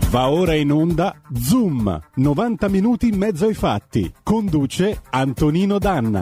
Va ora in onda Zoom, 90 minuti in mezzo ai fatti. Conduce Antonino Danna.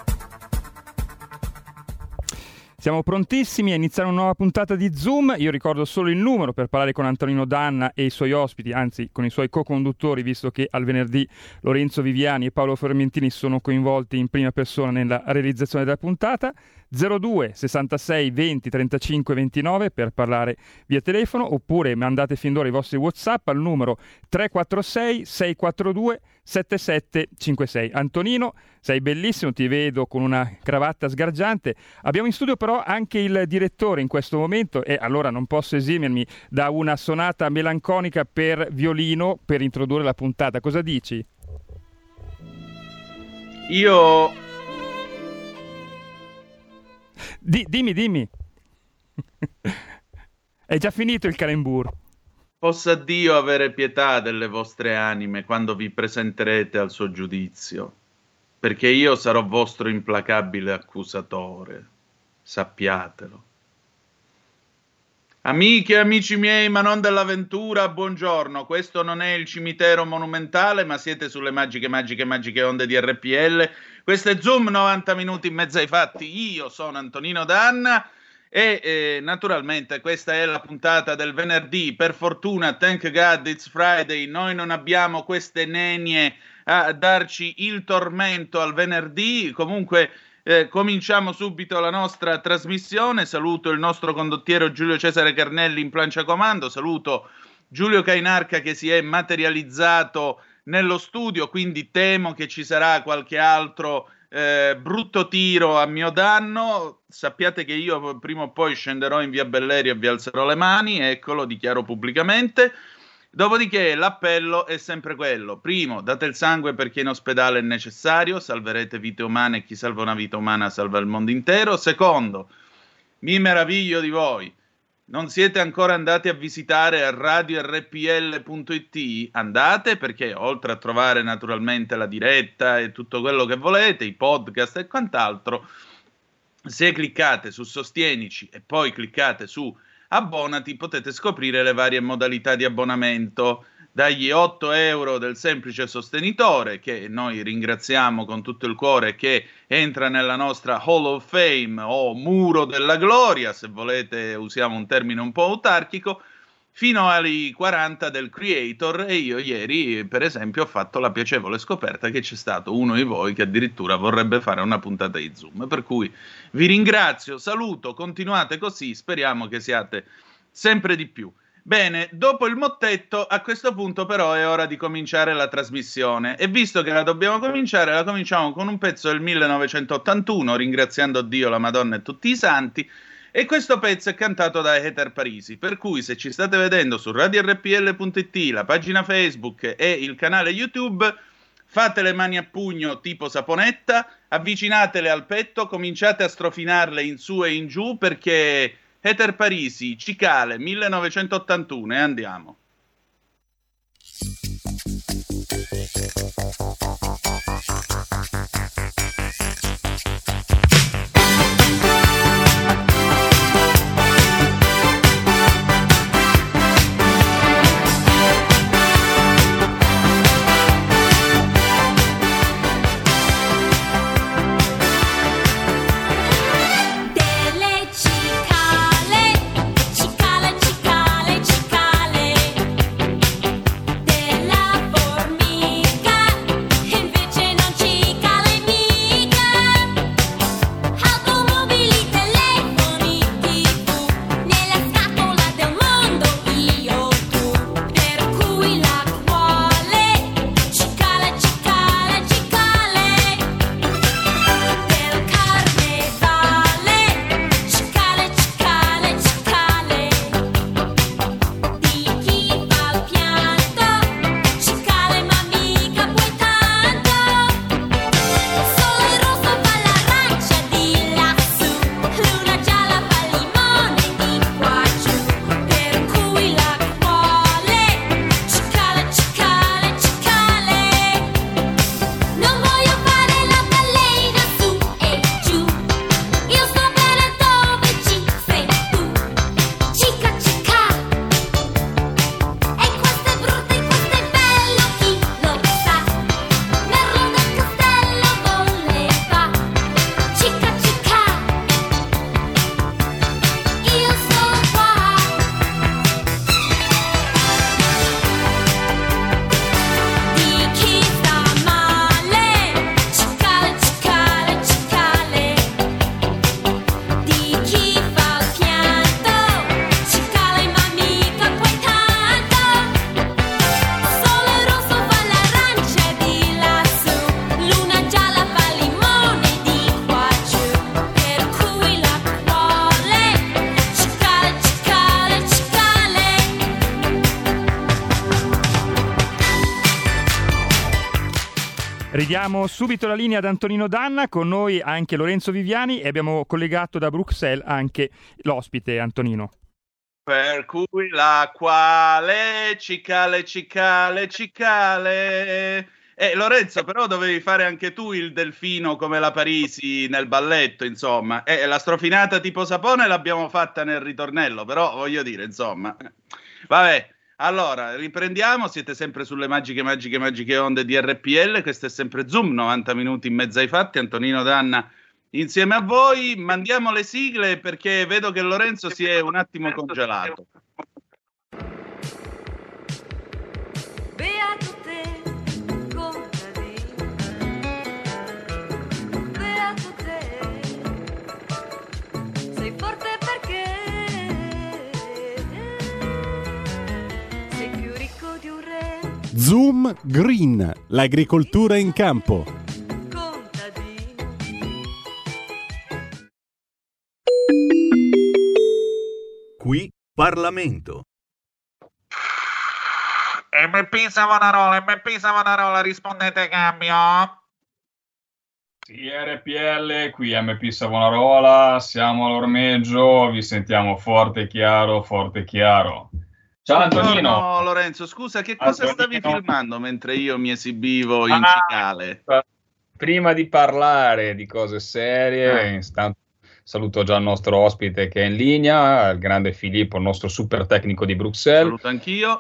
Siamo prontissimi a iniziare una nuova puntata di Zoom. Io ricordo solo il numero per parlare con Antonino Danna e i suoi ospiti, anzi con i suoi co-conduttori, visto che al venerdì Lorenzo Viviani e Paolo Formentini sono coinvolti in prima persona nella realizzazione della puntata. 02 66 20 35 29 per parlare via telefono, oppure mandate fin d'ora i vostri WhatsApp al numero 346 642 7756. Antonino, sei bellissimo, ti vedo con una cravatta sgargiante. Abbiamo in studio però anche il direttore in questo momento e allora non posso esimermi da una sonata melanconica per violino per introdurre la puntata. Cosa dici? Io... Dimmi. È già finito il calembour. Possa Dio avere pietà delle vostre anime quando vi presenterete al suo giudizio, perché io sarò vostro implacabile accusatore, sappiatelo. Amiche e amici miei, ma non dell'avventura, buongiorno. Questo non è il cimitero monumentale, ma siete sulle magiche onde di RPL. Questo è Zoom, 90 minuti in mezzo ai fatti. Io sono Antonino Danna e naturalmente questa è la puntata del venerdì. Per fortuna, thank God it's Friday, noi non abbiamo queste nenie a darci il tormento al venerdì. Comunque cominciamo subito la nostra trasmissione. Saluto il nostro condottiero Giulio Cesare Carnelli in plancia comando, saluto Giulio Cainarca che si è materializzato nello studio, quindi temo che ci sarà qualche altro brutto tiro a mio danno. Sappiate che io prima o poi scenderò in via Bellerio e vi alzerò le mani, ecco, lo dichiaro pubblicamente. Dopodiché l'appello è sempre quello: primo, date il sangue perché in ospedale è necessario, salverete vite umane e chi salva una vita umana salva il mondo intero. Secondo, mi meraviglio di voi, non siete ancora andati a visitare radiorpl.it? Andate, perché oltre a trovare naturalmente la diretta e tutto quello che volete, i podcast e quant'altro, se cliccate su Sostienici e poi cliccate su Abbonati potete scoprire le varie modalità di abbonamento, dagli 8 euro del semplice sostenitore, che noi ringraziamo con tutto il cuore, che entra nella nostra Hall of Fame o Muro della Gloria, se volete usiamo un termine un po' autarchico, fino ai 40 del Creator. E io ieri, per esempio, ho fatto la piacevole scoperta che c'è stato uno di voi che addirittura vorrebbe fare una puntata di Zoom, per cui vi ringrazio, saluto, continuate così, speriamo che siate sempre di più. Bene, dopo il mottetto, a questo punto però è ora di cominciare la trasmissione, e visto che la dobbiamo cominciare, la cominciamo con un pezzo del 1981, ringraziando Dio, la Madonna e tutti i santi. E questo pezzo è cantato da Heather Parisi, per cui se ci state vedendo su radiorpl.it, la pagina Facebook e il canale YouTube, fate le mani a pugno tipo saponetta, avvicinatele al petto, cominciate a strofinarle in su e in giù, perché Heather Parisi, Cicale, 1981, e andiamo. Delle cicale, cicale, cicale, cicale. Ridiamo subito la linea ad Antonino Danna, con noi anche Lorenzo Viviani e abbiamo collegato da Bruxelles anche l'ospite Antonino. Per cui la quale cicale. Lorenzo, però dovevi fare anche tu il delfino come la Parisi nel balletto, insomma. La strofinata tipo Sapone l'abbiamo fatta nel ritornello, però voglio dire, insomma. Vabbè. Allora, riprendiamo, siete sempre sulle magiche onde di RPL, questo è sempre Zoom, 90 minuti in mezzo ai fatti, Antonino Danna insieme a voi, mandiamo le sigle perché vedo che Lorenzo si è un attimo congelato. Beato te, contadino, beato te, sei forte perché sei più ricco di un re. Zoom Green, l'agricoltura in campo. Qui Parlamento. MP Savonarola, rispondete cambio. Sì, RPL, qui MP Savonarola, siamo all'ormeggio, vi sentiamo forte e chiaro. Ciao Antonino. No, Lorenzo, scusa, che cosa stavi filmando mentre io mi esibivo in cicale? Prima di parlare di cose serie, intanto saluto già il nostro ospite che è in linea, il grande Filippo, il nostro super tecnico di Bruxelles. Saluto anch'io.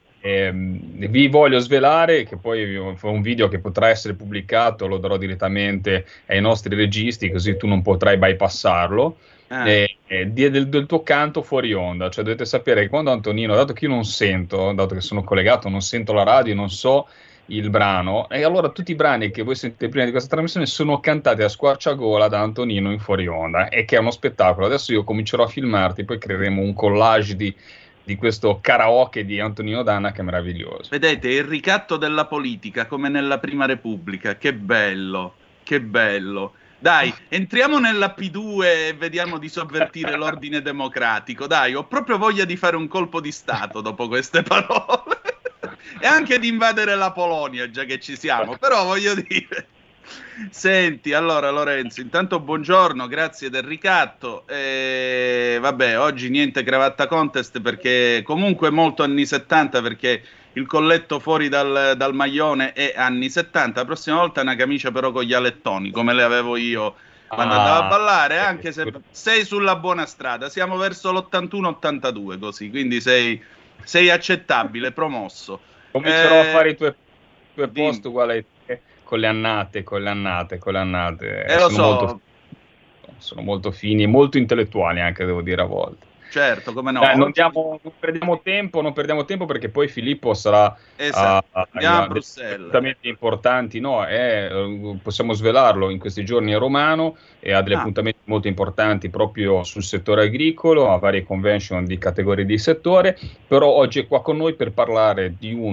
Vi voglio svelare che poi un video che potrà essere pubblicato, lo darò direttamente ai nostri registi, così tu non potrai bypassarlo. Del tuo canto fuori onda, cioè dovete sapere che quando Antonino, dato che io non sento, dato che sono collegato, non sento la radio, non so il brano, e allora tutti i brani che voi sentite prima di questa trasmissione sono cantati a squarciagola da Antonino in fuori onda, e che è uno spettacolo. Adesso io comincerò a filmarti, poi creeremo un collage di questo karaoke di Antonino Danna che è meraviglioso. Vedete, il ricatto della politica come nella Prima Repubblica, che bello. Dai, entriamo nella P2 e vediamo di sovvertire l'ordine democratico. Dai, ho proprio voglia di fare un colpo di Stato dopo queste parole. E anche di invadere la Polonia, già che ci siamo. Però voglio dire... Senti, allora Lorenzo, intanto buongiorno, grazie del ricatto. Vabbè, oggi niente cravatta contest perché comunque molto anni 70, perché il colletto fuori dal maglione è anni 70. La prossima volta una camicia però con gli alettoni, come le avevo io quando andavo a ballare, anche se sei sulla buona strada. Siamo verso l'81-82 così, quindi sei accettabile, promosso. Comincerò a fare i tuoi post uguali a te, con le annate. Lo so. Sono molto fini e molto intellettuali anche, devo dire, a volte. Certo, come no. Non perdiamo tempo perché poi Filippo sarà a Bruxelles. Assolutamente importanti, no? Possiamo svelarlo, in questi giorni è romano e ha degli appuntamenti molto importanti proprio sul settore agricolo, a varie convention di categorie di settore, però oggi è qua con noi per parlare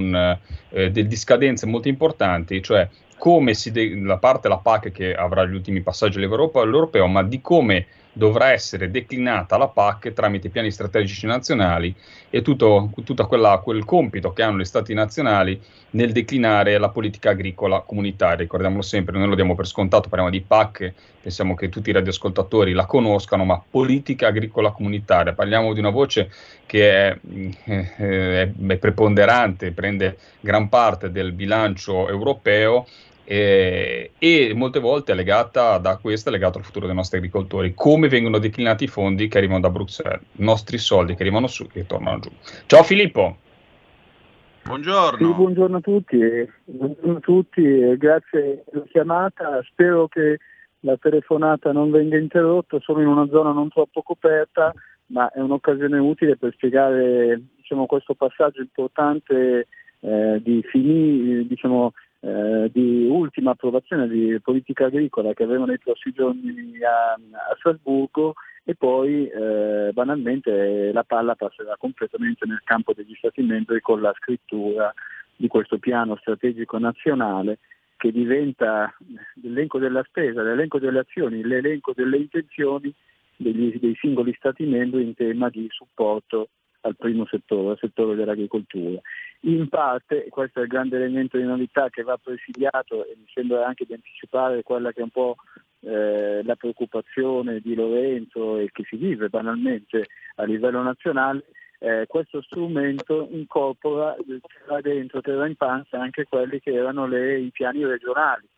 di scadenze molto importanti, cioè come la PAC che avrà gli ultimi passaggi all'europeo, ma di come dovrà essere declinata la PAC tramite piani strategici nazionali e tutto quel compito che hanno gli stati nazionali nel declinare la politica agricola comunitaria. Ricordiamolo sempre, noi lo diamo per scontato, parliamo di PAC, pensiamo che tutti i radioascoltatori la conoscano, ma politica agricola comunitaria, parliamo di una voce che è preponderante, prende gran parte del bilancio europeo, e molte volte è legato al futuro dei nostri agricoltori, come vengono declinati i fondi che arrivano da Bruxelles, i nostri soldi che arrivano su e tornano giù. Ciao Filippo. Buongiorno. Sì, buongiorno a tutti, grazie per la chiamata, spero che la telefonata non venga interrotta, sono in una zona non troppo coperta, ma è un'occasione utile per spiegare questo passaggio importante di ultima approvazione di politica agricola che avevano nei prossimi giorni a Strasburgo, e poi banalmente la palla passerà completamente nel campo degli Stati membri con la scrittura di questo piano strategico nazionale che diventa l'elenco della spesa, l'elenco delle azioni, l'elenco delle intenzioni dei singoli Stati membri in tema di supporto al primo settore, al settore dell'agricoltura. In parte questo è il grande elemento di novità che va presidiato, e mi sembra anche di anticipare quella che è un po' la preoccupazione di Lorenzo e che si vive banalmente a livello nazionale. Questo strumento incorpora terra in panza anche quelli che erano i piani regionali,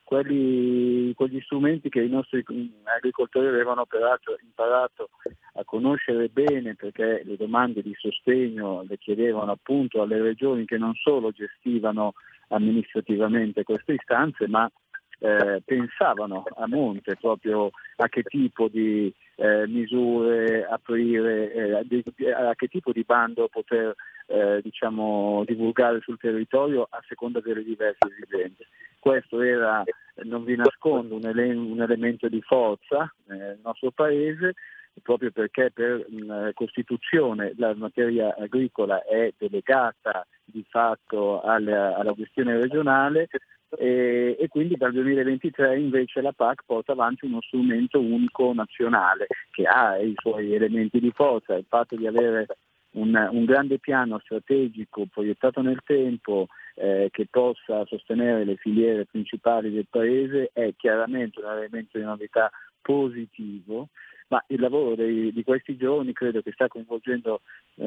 quegli strumenti che i nostri agricoltori avevano peraltro imparato a conoscere bene, perché le domande di sostegno le chiedevano appunto alle regioni che non solo gestivano amministrativamente queste istanze, ma pensavano a monte proprio a che tipo di misure aprire, a che tipo di bando poter divulgare sul territorio a seconda delle diverse esigenze. Questo era, non vi nascondo, un elemento di forza nel nostro Paese, proprio perché per Costituzione la materia agricola è delegata di fatto alla gestione regionale, e quindi dal 2023 invece la PAC porta avanti uno strumento unico nazionale che ha i suoi elementi di forza. Il fatto di avere un grande piano strategico proiettato nel tempo che possa sostenere le filiere principali del Paese è chiaramente un elemento di novità positivo, ma il lavoro di questi giorni credo che sta coinvolgendo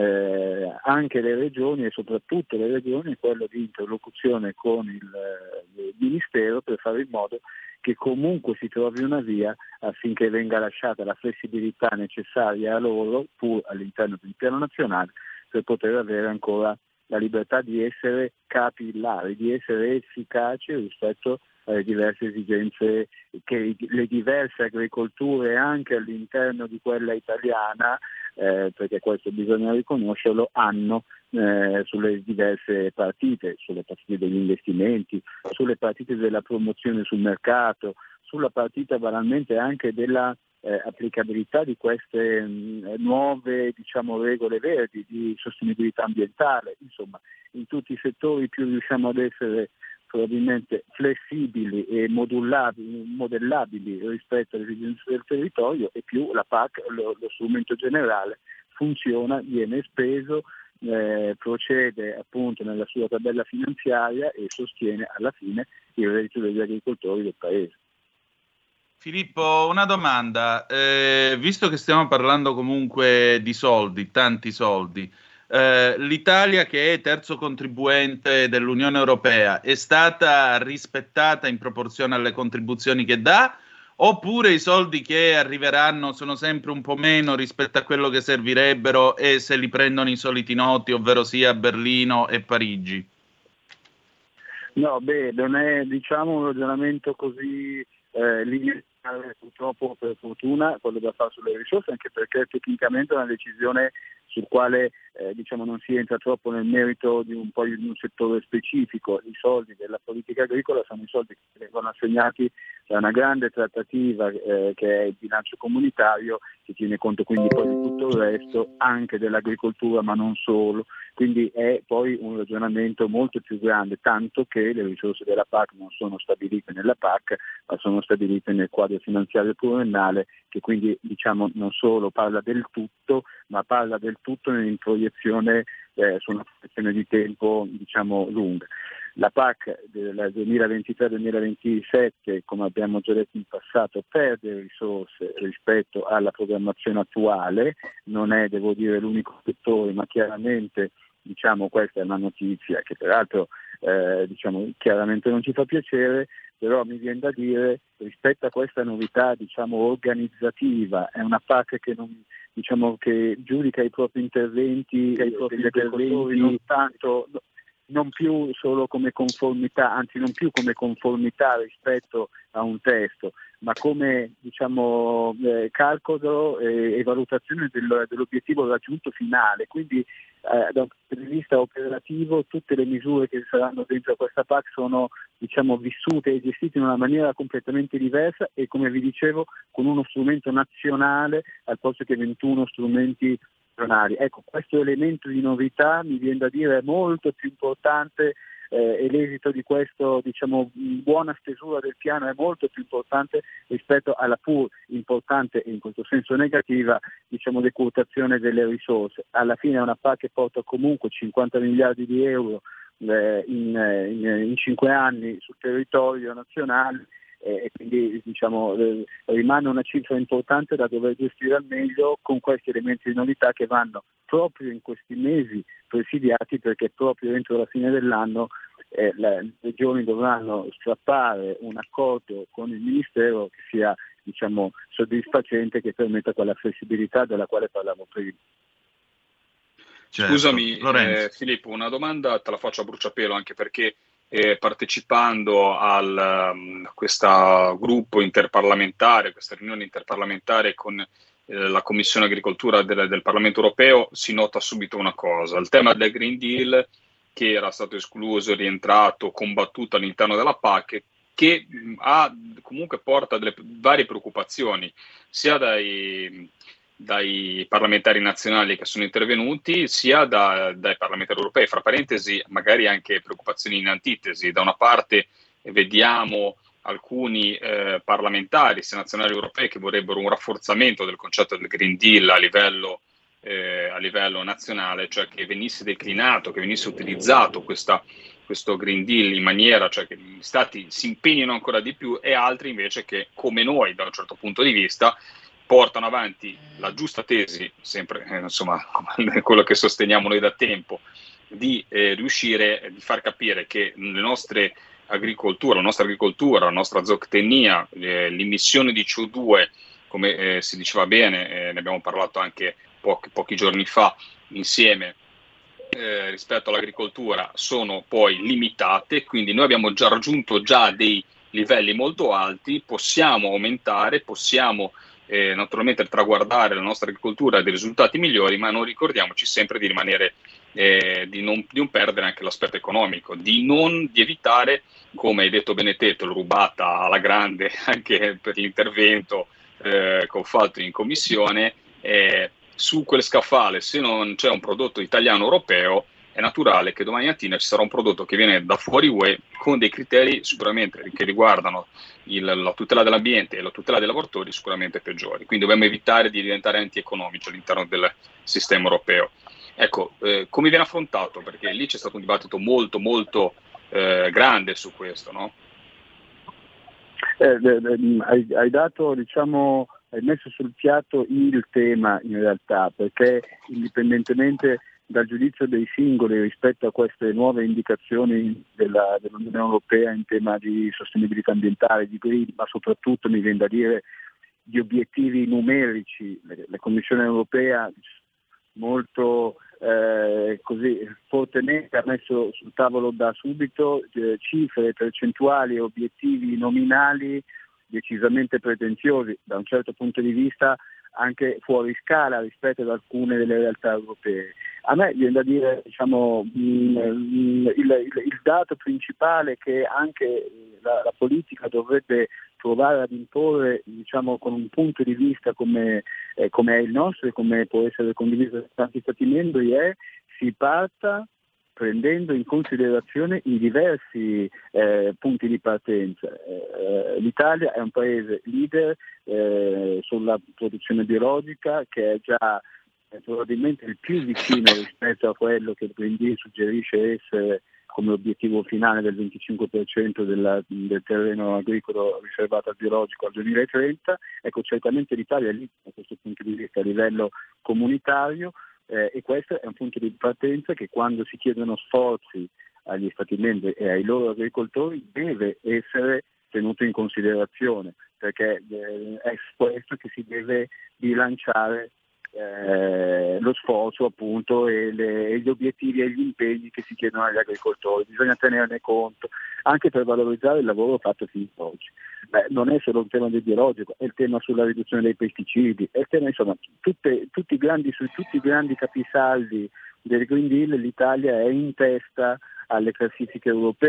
anche le regioni, e soprattutto le regioni, quello di interlocuzione con il Ministero per fare in modo che comunque si trovi una via affinché venga lasciata la flessibilità necessaria a loro, pur all'interno del piano nazionale, per poter avere ancora la libertà di essere capillari, di essere efficaci rispetto alle diverse esigenze che le diverse agricolture anche all'interno di quella italiana, perché questo bisogna riconoscerlo, hanno sulle diverse partite, sulle partite degli investimenti, sulle partite della promozione sul mercato, sulla partita banalmente anche della applicabilità di queste nuove regole verdi di sostenibilità ambientale. Insomma, in tutti i settori più riusciamo ad essere probabilmente flessibili e modellabili rispetto alle esigenze del territorio, e più la PAC, lo strumento generale, funziona, viene speso, procede appunto nella sua tabella finanziaria e sostiene alla fine il reddito degli agricoltori del Paese. Filippo, una domanda, visto che stiamo parlando comunque di soldi, tanti soldi, l'Italia, che è terzo contribuente dell'Unione Europea, è stata rispettata in proporzione alle contribuzioni che dà, oppure i soldi che arriveranno sono sempre un po' meno rispetto a quello che servirebbero e se li prendono i soliti noti, ovvero sia Berlino e Parigi? No, non è un ragionamento così lineare, purtroppo, per fortuna, quello da fare sulle risorse, anche perché tecnicamente è una decisione sul quale non si entra troppo nel merito di un settore specifico. I soldi della politica agricola sono i soldi che vengono assegnati da una grande trattativa che è il bilancio comunitario, che tiene conto quindi poi di tutto il resto, anche dell'agricoltura, ma non solo. Quindi è poi un ragionamento molto più grande, tanto che le risorse della PAC non sono stabilite nella PAC, ma sono stabilite nel quadro finanziario pluriennale, che quindi non solo parla del tutto, ma parla del tutto in proiezione su una proiezione di tempo lunga. La PAC del 2023-2027, come abbiamo già detto in passato, perde risorse rispetto alla programmazione attuale, non è, devo dire, l'unico settore, ma chiaramente questa è una notizia che peraltro chiaramente non ci fa piacere, però mi viene da dire, rispetto a questa novità organizzativa, è una PAC che che giudica i propri interventi, degli agricoltori non più solo come conformità, anzi non più come conformità rispetto a un testo, ma come calcolo e valutazione dell'obiettivo raggiunto finale. Quindi da un punto di vista operativo tutte le misure che saranno dentro questa PAC sono vissute e gestite in una maniera completamente diversa, e come vi dicevo con uno strumento nazionale al posto che 21 strumenti regionali. Ecco, questo elemento di novità mi viene da dire è molto più importante e l'esito di questo, diciamo, buona stesura del piano è molto più importante rispetto alla pur importante e in questo senso negativa, diciamo, decurtazione delle risorse. Alla fine è una PAC che porta comunque 50 miliardi di euro in 5 anni sul territorio nazionale, e quindi, diciamo, rimane una cifra importante da dover gestire al meglio, con questi elementi di novità che vanno proprio in questi mesi presidiati, perché proprio entro la fine dell'anno le regioni dovranno strappare un accordo con il Ministero che sia, diciamo, soddisfacente, che permetta quella flessibilità della quale parlavo prima. Certo. Scusami, Filippo, una domanda te la faccio a bruciapelo, anche perché partecipando a questo gruppo interparlamentare, questa riunione interparlamentare con la Commissione Agricoltura del Parlamento Europeo, si nota subito una cosa: il tema del Green Deal, che era stato escluso, rientrato, combattuto all'interno della PAC, che comunque porta delle varie preoccupazioni, sia dai parlamentari nazionali che sono intervenuti, sia dai parlamentari europei, fra parentesi magari anche preoccupazioni in antitesi. Da una parte vediamo alcuni parlamentari, sia nazionali europei, che vorrebbero un rafforzamento del concetto del Green Deal a livello nazionale, cioè che venisse declinato, che venisse utilizzato questo Green Deal in maniera, cioè che gli stati si impegnino ancora di più, e altri invece che, come noi da un certo punto di vista, portano avanti la giusta tesi, sempre insomma quello che sosteniamo noi da tempo, di riuscire di far capire che le nostre agricoltura, la nostra zootecnia, l'emissione di CO2, come si diceva bene, ne abbiamo parlato anche pochi giorni fa insieme, rispetto all'agricoltura, sono poi limitate, quindi noi abbiamo già raggiunto dei livelli molto alti, possiamo aumentare, possiamo naturalmente traguardare la nostra agricoltura a dei risultati migliori, ma non ricordiamoci sempre di rimanere, di non perdere anche l'aspetto economico, di evitare, come hai detto bene te, l'ho rubata alla grande anche per l'intervento che ho fatto in commissione, su quel scaffale, se non c'è un prodotto italiano europeo, è naturale che domani mattina ci sarà un prodotto che viene da fuori UE con dei criteri sicuramente che riguardano la tutela dell'ambiente e la tutela dei lavoratori sicuramente peggiori. Quindi dobbiamo evitare di diventare antieconomici all'interno del sistema europeo. Ecco, come viene affrontato? Perché lì c'è stato un dibattito molto molto grande su questo, no? Hai dato, diciamo, hai messo sul piatto il tema in realtà, perché indipendentemente dal giudizio dei singoli rispetto a queste nuove indicazioni dell'Unione Europea in tema di sostenibilità ambientale, di green, ma soprattutto, mi viene da dire, di obiettivi numerici, la Commissione Europea molto così fortemente ha messo sul tavolo da subito cifre, percentuali e obiettivi nominali decisamente pretenziosi, da un certo punto di vista anche fuori scala rispetto ad alcune delle realtà europee. A me viene da dire, diciamo, il dato principale che anche la politica dovrebbe provare ad imporre, diciamo, con un punto di vista come è il nostro e come può essere condiviso da tanti Stati membri, è si parta prendendo in considerazione i diversi punti di partenza. L'Italia è un paese leader sulla produzione biologica, che è già probabilmente il più vicino rispetto a quello che il Green Deal suggerisce essere come obiettivo finale del 25% del terreno agricolo riservato al biologico al 2030. Ecco, certamente l'Italia è lì da questo punto di vista a livello comunitario, e questo è un punto di partenza che, quando si chiedono sforzi agli Stati membri e ai loro agricoltori, deve essere tenuto in considerazione, perché è questo che si deve bilanciare lo sforzo, appunto, e gli obiettivi e gli impegni che si chiedono agli agricoltori. Bisogna tenerne conto anche per valorizzare il lavoro fatto fino ad oggi. Non è solo un tema del biologico, è il tema sulla riduzione dei pesticidi, è il tema, insomma, su tutti i grandi capisaldi del Green Deal. L'Italia è in testa alle classifiche europee,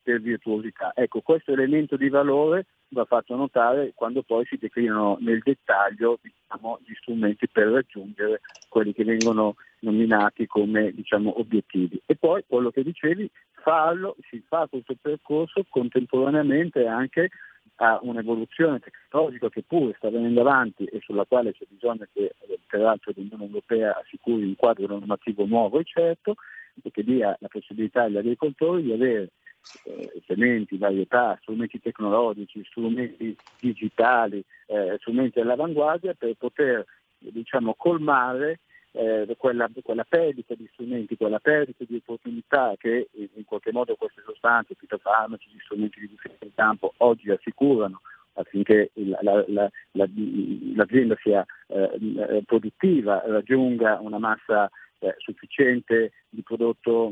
per virtuosità. Ecco, questo elemento di valore va fatto notare quando poi si declinano nel dettaglio, diciamo, gli strumenti per raggiungere quelli che vengono nominati come, diciamo, obiettivi. E poi quello che dicevi, si fa questo percorso contemporaneamente anche a un'evoluzione tecnologica che pure sta venendo avanti e sulla quale c'è bisogno che peraltro l'Unione Europea assicuri un quadro normativo nuovo e certo, che dia la possibilità agli agricoltori di avere sementi, varietà, strumenti tecnologici, strumenti digitali, strumenti all'avanguardia per poter, diciamo, colmare quella perdita di strumenti, quella perdita di opportunità che in qualche modo queste sostanze, fitofarmaci, gli strumenti di difesa in campo oggi assicurano affinché l'azienda sia produttiva, raggiunga una massa sufficiente di prodotto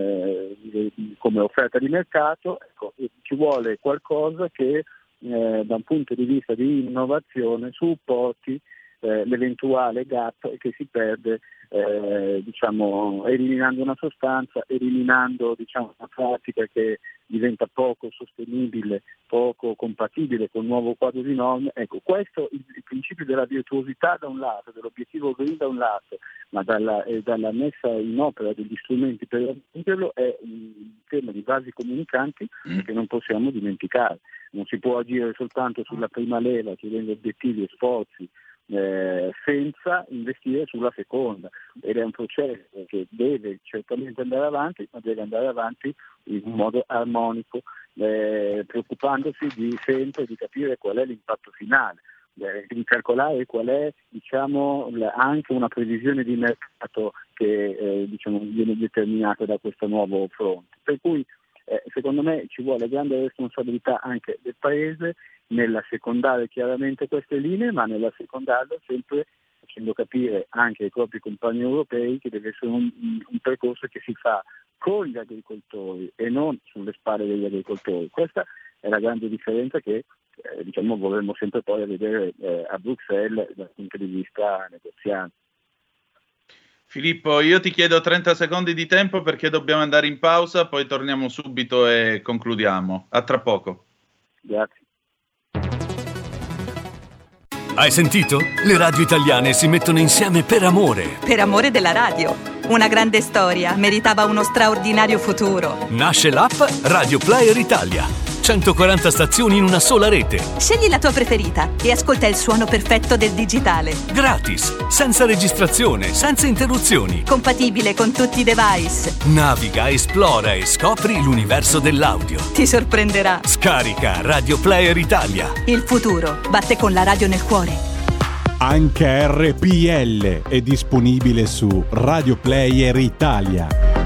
come offerta di mercato. Ecco, ci vuole qualcosa che da un punto di vista di innovazione supporti l'eventuale gap che si perde diciamo, eliminando una sostanza, eliminando, diciamo, una pratica che diventa poco sostenibile, poco compatibile con il nuovo quadro di norme. Ecco, questo il principio della virtuosità da un lato, dell'obiettivo green da un lato, ma dalla messa in opera degli strumenti per raggiungerlo è un tema di basi comunicanti che non possiamo dimenticare. Non si può agire soltanto sulla prima leva, chiedendo obiettivi e sforzi, senza investire sulla seconda, ed è un processo che deve certamente andare avanti, ma deve andare avanti in un modo armonico, preoccupandosi sempre di capire qual è l'impatto finale, di calcolare qual è, diciamo, anche una previsione di mercato che diciamo, viene determinata da questo nuovo fronte. Per cui secondo me ci vuole grande responsabilità anche del Paese nell'assecondare chiaramente queste linee, ma nell'assecondarle sempre facendo capire anche ai propri compagni europei che deve essere un percorso che si fa con gli agricoltori e non sulle spalle degli agricoltori. Questa è la grande differenza che diciamo vorremmo sempre poi vedere a Bruxelles dal punto di vista negoziale. Filippo, io ti chiedo 30 secondi di tempo perché dobbiamo andare in pausa, poi torniamo subito e concludiamo. A tra poco. Grazie. Hai sentito? Le radio italiane si mettono insieme per amore. Per amore della radio. Una grande storia meritava uno straordinario futuro. Nasce l'app Radio Player Italia. 140 stazioni in una sola rete. Scegli la tua preferita e ascolta il suono perfetto del digitale. Gratis, senza registrazione, senza interruzioni. Compatibile con tutti i device. Naviga, esplora e scopri l'universo dell'audio. Ti sorprenderà. Scarica Radio Player Italia. Il futuro batte con la radio nel cuore. Anche RPL è disponibile su Radio Player Italia.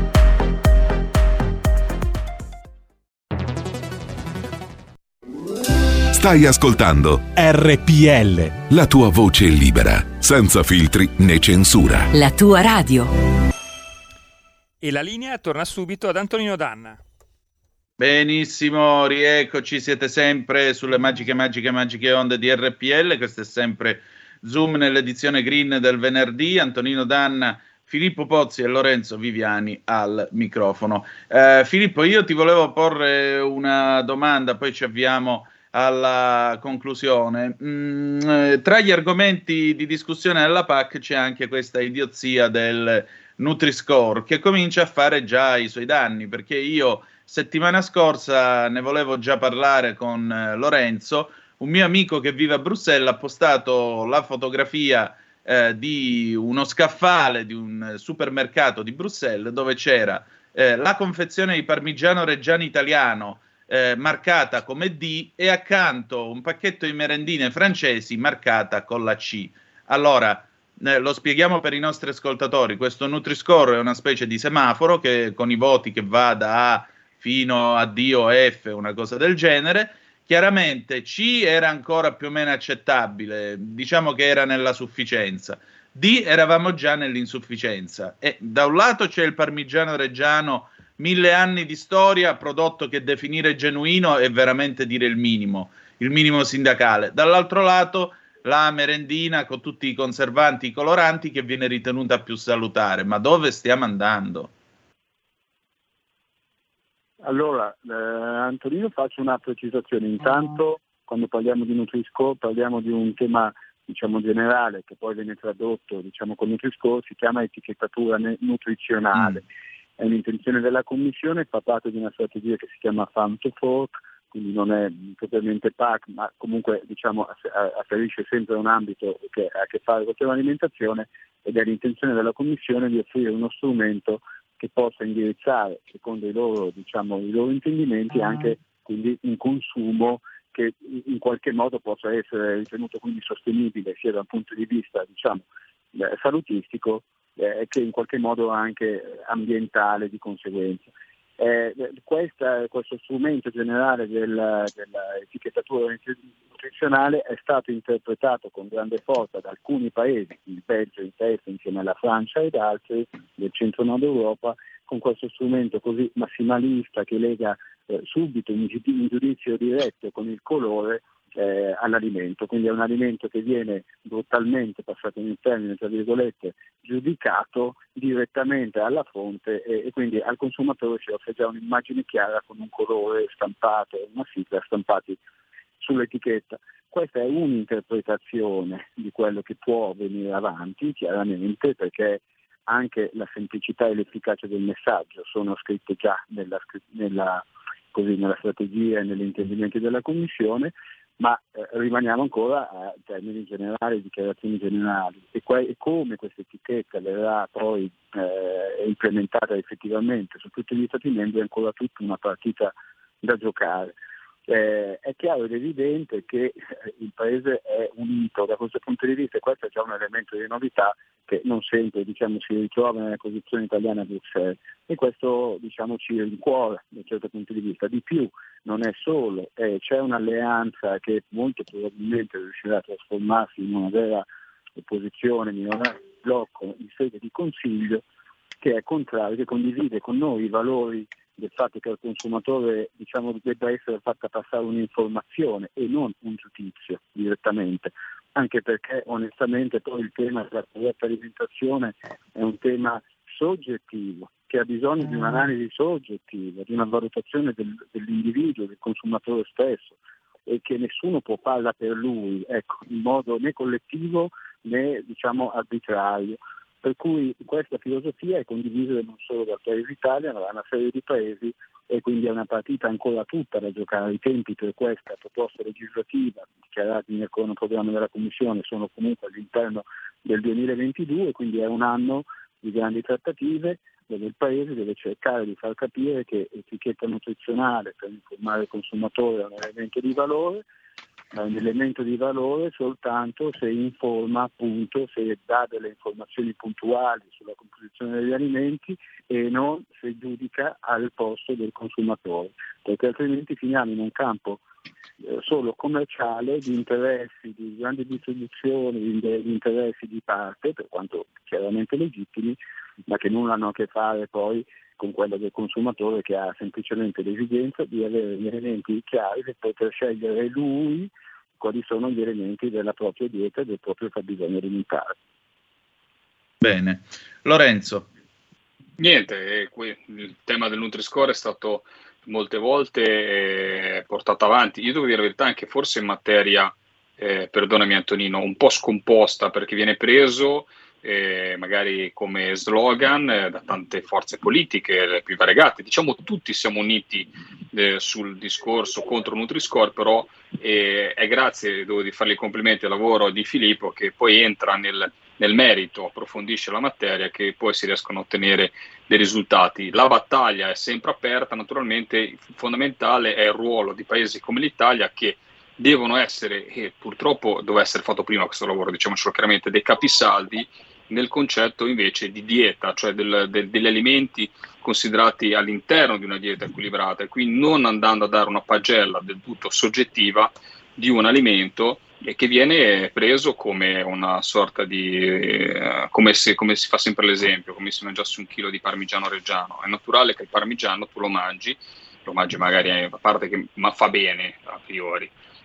Stai ascoltando RPL, la tua voce libera, senza filtri né censura. La tua radio. E la linea torna subito ad Antonino Danna. Benissimo, rieccoci, siete sempre sulle magiche onde di RPL. Questo è sempre Zoom nell'edizione green del venerdì. Antonino Danna, Filippo Pozzi e Lorenzo Viviani al microfono. Filippo, io ti volevo porre una domanda, poi ci avviamo alla conclusione. Tra gli argomenti di discussione della PAC c'è anche questa idiozia del Nutri-Score che comincia a fare già i suoi danni, perché io settimana scorsa ne volevo già parlare con Lorenzo. Un mio amico che vive a Bruxelles ha postato la fotografia di uno scaffale di un supermercato di Bruxelles dove c'era la confezione di parmigiano reggiano italiano marcata come D e accanto un pacchetto di merendine francesi marcata con la C. Allora, lo spieghiamo per i nostri ascoltatori: questo Nutri-Score è una specie di semaforo che con i voti che va da A fino a D o F, una cosa del genere. Chiaramente C era ancora più o meno accettabile, diciamo che era nella sufficienza. D eravamo già nell'insufficienza. E da un lato c'è il parmigiano reggiano, 1000 anni di storia, prodotto che definire genuino è veramente dire il minimo sindacale. Dall'altro lato la merendina con tutti i conservanti, i coloranti, che viene ritenuta più salutare. Ma dove stiamo andando? Allora, Antonino, faccio una precisazione. Intanto, quando parliamo di Nutri-Score, parliamo di un tema, diciamo, generale, che poi viene tradotto, diciamo, con Nutri-Score, si chiama etichettatura nutrizionale. È un'intenzione della Commissione, fa parte di una strategia che si chiama Farm to Fork, quindi non è propriamente PAC, ma comunque, diciamo, afferisce sempre a un ambito che ha a che fare con l'alimentazione, ed è l'intenzione della Commissione di offrire uno strumento che possa indirizzare, secondo i loro intendimenti, anche quindi un consumo che in qualche modo possa essere ritenuto quindi sostenibile sia dal punto di vista, diciamo, salutistico, che in qualche modo anche ambientale di conseguenza. Questo strumento generale dell'etichettatura nutrizionale è stato interpretato con grande forza da alcuni paesi, il Belgio in testa insieme alla Francia ed altri del centro-nord Europa, con questo strumento così massimalista che lega subito un giudizio diretto con il colore all'alimento. Quindi è un alimento che viene brutalmente, passato in termine tra virgolette, giudicato direttamente alla fonte, e quindi al consumatore si offre già un'immagine chiara con un colore stampato e una sigla stampati sull'etichetta. Questa è un'interpretazione di quello che può venire avanti, chiaramente, perché anche la semplicità e l'efficacia del messaggio sono scritte già nella strategia e negli intendimenti della Commissione, ma rimaniamo ancora a termini generali, dichiarazioni generali, e come questa etichetta verrà poi implementata effettivamente su tutti gli Stati membri è ancora tutta una partita da giocare. È chiaro ed evidente che il Paese è unito da questo punto di vista, e questo è già un elemento di novità che non sempre, diciamo, si ritrova nelle posizioni italiane a Bruxelles, e questo, diciamo, ci rincuora da un certo punto di vista. Di più, non è solo, c'è un'alleanza che molto probabilmente riuscirà a trasformarsi in una vera opposizione minoritaria blocco in sede di Consiglio, che è contrario, che condivide con noi i valori del fatto che al consumatore, diciamo, debba essere fatta passare un'informazione e non un giudizio direttamente, anche perché onestamente poi il tema della corretta alimentazione è un tema soggettivo, che ha bisogno di un'analisi soggettiva, di una valutazione dell'individuo, del consumatore stesso, e che nessuno può farla per lui, ecco, in modo né collettivo né, diciamo, arbitrario. Per cui questa filosofia è condivisa non solo dal Paese Italia, ma da una serie di paesi, e quindi è una partita ancora tutta da giocare. I tempi per questa proposta legislativa dichiarati nel cronoprogramma della Commissione sono comunque all'interno del 2022, quindi è un anno di grandi trattative dove il Paese deve cercare di far capire che l'etichetta nutrizionale per informare il consumatore è un elemento di valore, ma è un elemento di valore soltanto se informa, appunto, se dà delle informazioni puntuali sulla composizione degli alimenti e non se giudica al posto del consumatore, perché altrimenti finiamo in un campo solo commerciale, di interessi di grandi distribuzioni, di interessi di parte, per quanto chiaramente legittimi, ma che nulla hanno a che fare poi con quello del consumatore, che ha semplicemente l'esigenza di avere gli elementi chiari per poter scegliere lui quali sono gli elementi della propria dieta e del proprio fabbisogno alimentare. Bene. Lorenzo. Niente, il tema del Nutri-Score è stato molte volte portato avanti. Io devo dire la verità, anche forse in materia, perdonami Antonino, un po' scomposta, perché viene preso magari come slogan da tante forze politiche le più variegate. Diciamo tutti siamo uniti sul discorso contro Nutri-Score, però è grazie, devo fargli i complimenti al lavoro di Filippo, che poi entra nel merito, approfondisce la materia, che poi si riescono a ottenere dei risultati. La battaglia è sempre aperta, naturalmente il fondamentale è il ruolo di paesi come l'Italia, che devono essere, e purtroppo doveva essere fatto prima questo lavoro, diciamocelo chiaramente, dei capisaldi nel concetto invece di dieta, cioè degli alimenti considerati all'interno di una dieta equilibrata, e quindi non andando a dare una pagella del tutto soggettiva di un alimento che viene preso come una sorta di come si fa sempre l'esempio, come se mangiassi un chilo di parmigiano reggiano. È naturale che il parmigiano tu lo mangi magari a parte che fa bene a priori,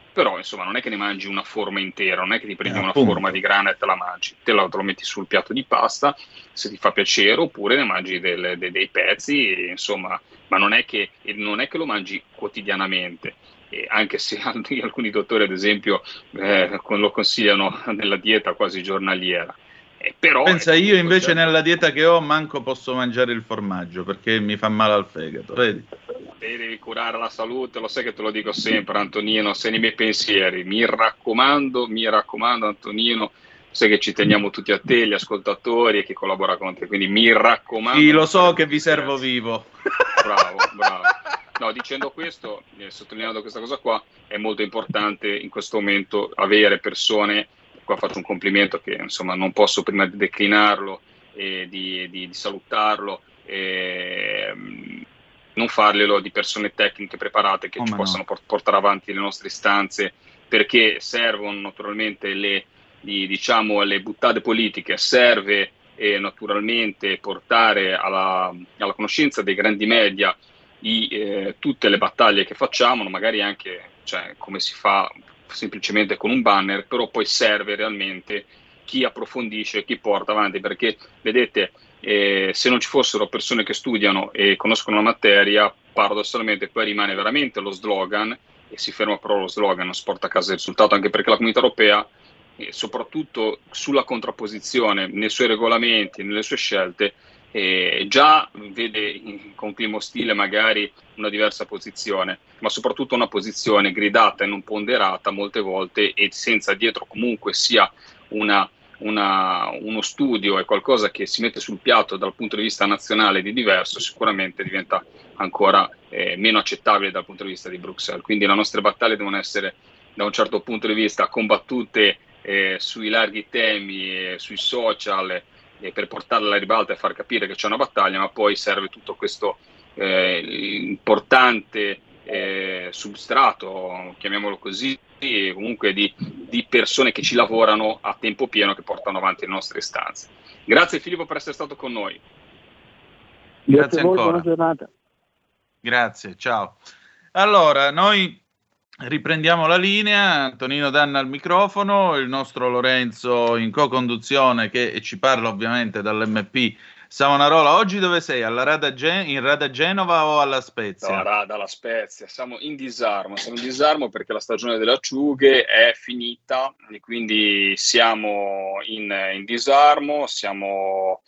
però insomma non è che ne mangi una forma intera, non è che ti prendi una appunto. forma di grana e te la mangi, te lo metti sul piatto di pasta se ti fa piacere, oppure ne mangi dei pezzi, insomma, ma non è che lo mangi quotidianamente. Anche se alcuni dottori ad esempio lo consigliano nella dieta quasi giornaliera. Però pensa, io invece nella dieta che ho manco posso mangiare il formaggio perché mi fa male al fegato, vedi? Devi curare la salute, lo sai che te lo dico sempre, Antonino, sei nei miei pensieri, mi raccomando Antonino, sai che ci teniamo tutti a te, gli ascoltatori e chi collabora con te, quindi mi raccomando. Sì, lo so che vi servo vivo. Bravo. No, dicendo questo, sottolineando questa cosa qua, è molto importante in questo momento avere persone, qua faccio un complimento che insomma non posso prima di declinarlo e di salutarlo, non farglielo di persone tecniche preparate che ci possano portare avanti le nostre istanze, perché servono naturalmente le buttate politiche, serve naturalmente portare alla conoscenza dei grandi media tutte le battaglie che facciamo, magari anche come si fa semplicemente con un banner, però poi serve realmente chi approfondisce, chi porta avanti, perché vedete, se non ci fossero persone che studiano e conoscono la materia, paradossalmente poi rimane veramente lo slogan e si ferma però lo slogan, non si porta a casa il risultato, anche perché la Comunità Europea, soprattutto sulla contrapposizione, nei suoi regolamenti, nelle sue scelte, già vede con clima ostile magari una diversa posizione, ma soprattutto una posizione gridata e non ponderata molte volte e senza dietro comunque sia uno studio e qualcosa che si mette sul piatto dal punto di vista nazionale di diverso, sicuramente diventa ancora meno accettabile dal punto di vista di Bruxelles. Quindi le nostre battaglie devono essere da un certo punto di vista combattute sui larghi temi, sui social, per portarla alla ribalta e far capire che c'è una battaglia, ma poi serve tutto questo importante substrato, chiamiamolo così, comunque di persone che ci lavorano a tempo pieno, che portano avanti le nostre istanze. Grazie Filippo per essere stato con noi. Grazie a voi, ancora. buona giornata. Grazie, ciao. Allora, noi riprendiamo la linea, Antonino Danna al microfono, il nostro Lorenzo in co-conduzione che ci parla ovviamente dall'MP Savonarola. Oggi dove sei? In Rada Genova o alla Spezia? No, Rada, alla Spezia. Siamo in disarmo perché la stagione delle acciughe è finita e quindi siamo in disarmo, siamo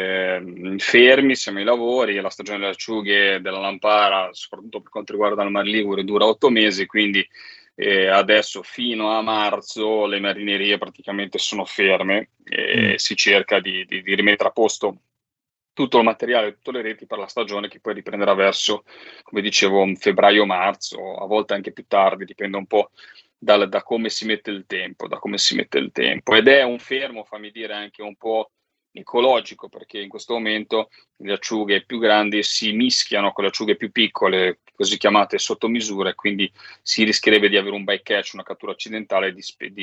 fermi, siamo ai lavori. La stagione delle acciughe della Lampara, soprattutto per quanto riguarda il Mar Ligure, dura 8 mesi, quindi adesso fino a marzo le marinerie praticamente sono ferme e si cerca di rimettere a posto tutto il materiale, tutte le reti per la stagione che poi riprenderà verso, come dicevo, febbraio-marzo, a volte anche più tardi, dipende un po' da come si mette il tempo, ed è un fermo, fammi dire, anche un po' ecologico, perché in questo momento le acciughe più grandi si mischiano con le acciughe più piccole, così chiamate sottomisure, quindi si rischierebbe di avere un bycatch, una cattura accidentale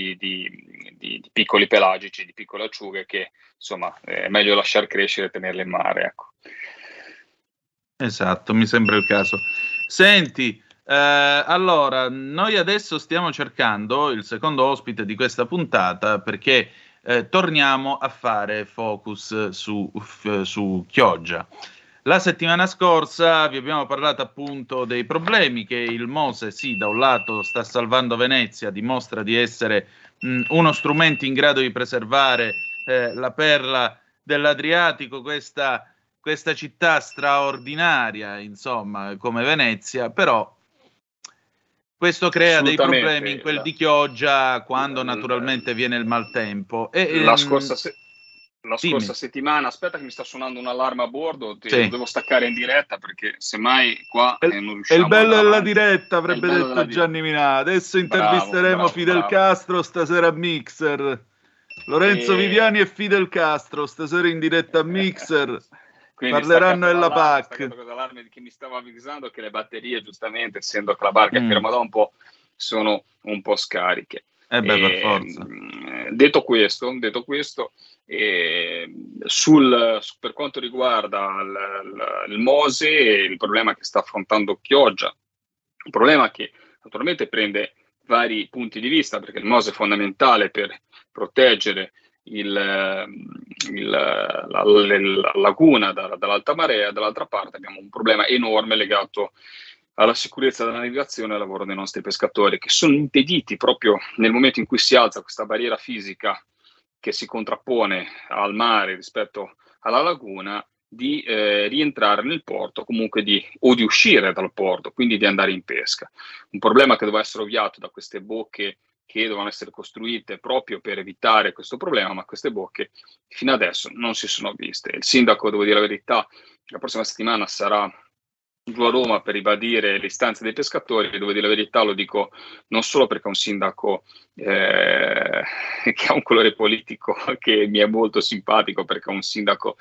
di piccoli pelagici, di piccole acciughe che insomma è meglio lasciar crescere e tenerle in mare, ecco. Esatto, mi sembra il caso. Senti, allora, noi adesso stiamo cercando il secondo ospite di questa puntata perché torniamo a fare focus su Chioggia. La settimana scorsa vi abbiamo parlato appunto dei problemi che il Mose, sì, da un lato sta salvando Venezia, dimostra di essere uno strumento in grado di preservare la perla dell'Adriatico, questa città straordinaria, insomma, come Venezia, però questo crea dei problemi in quel di Chioggia quando naturalmente viene il maltempo. La scorsa settimana, aspetta che mi sta suonando un allarme a bordo, devo staccare in diretta perché semmai qua non riusciamo. È il bello della diretta, avrebbe detto Gianni Minà. Adesso intervisteremo Fidel Castro stasera a Mixer. Lorenzo Viviani e Fidel Castro stasera in diretta a Mixer. Quindi parleranno della PAC. L'allarme che mi stava avvisando che le batterie, giustamente, essendo che la barca è ferma da un po', sono un po' scariche. Per forza. Detto questo, per quanto riguarda il Mose, il problema che sta affrontando Chioggia, un problema che naturalmente prende vari punti di vista, perché il MOSE è fondamentale per proteggere la laguna dall'alta marea. Dall'altra parte abbiamo un problema enorme legato alla sicurezza della navigazione e al lavoro dei nostri pescatori, che sono impediti proprio nel momento in cui si alza questa barriera fisica che si contrappone al mare rispetto alla laguna, di rientrare nel porto, comunque o di uscire dal porto, quindi di andare in pesca. Un problema che doveva essere ovviato da queste bocche che dovevano essere costruite proprio per evitare questo problema, ma queste bocche fino adesso non si sono viste. Il sindaco, devo dire la verità, la prossima settimana sarà giù a Roma per ribadire le istanze dei pescatori. Devo dire la verità, lo dico non solo perché è un sindaco che ha un colore politico che mi è molto simpatico, perché è un sindaco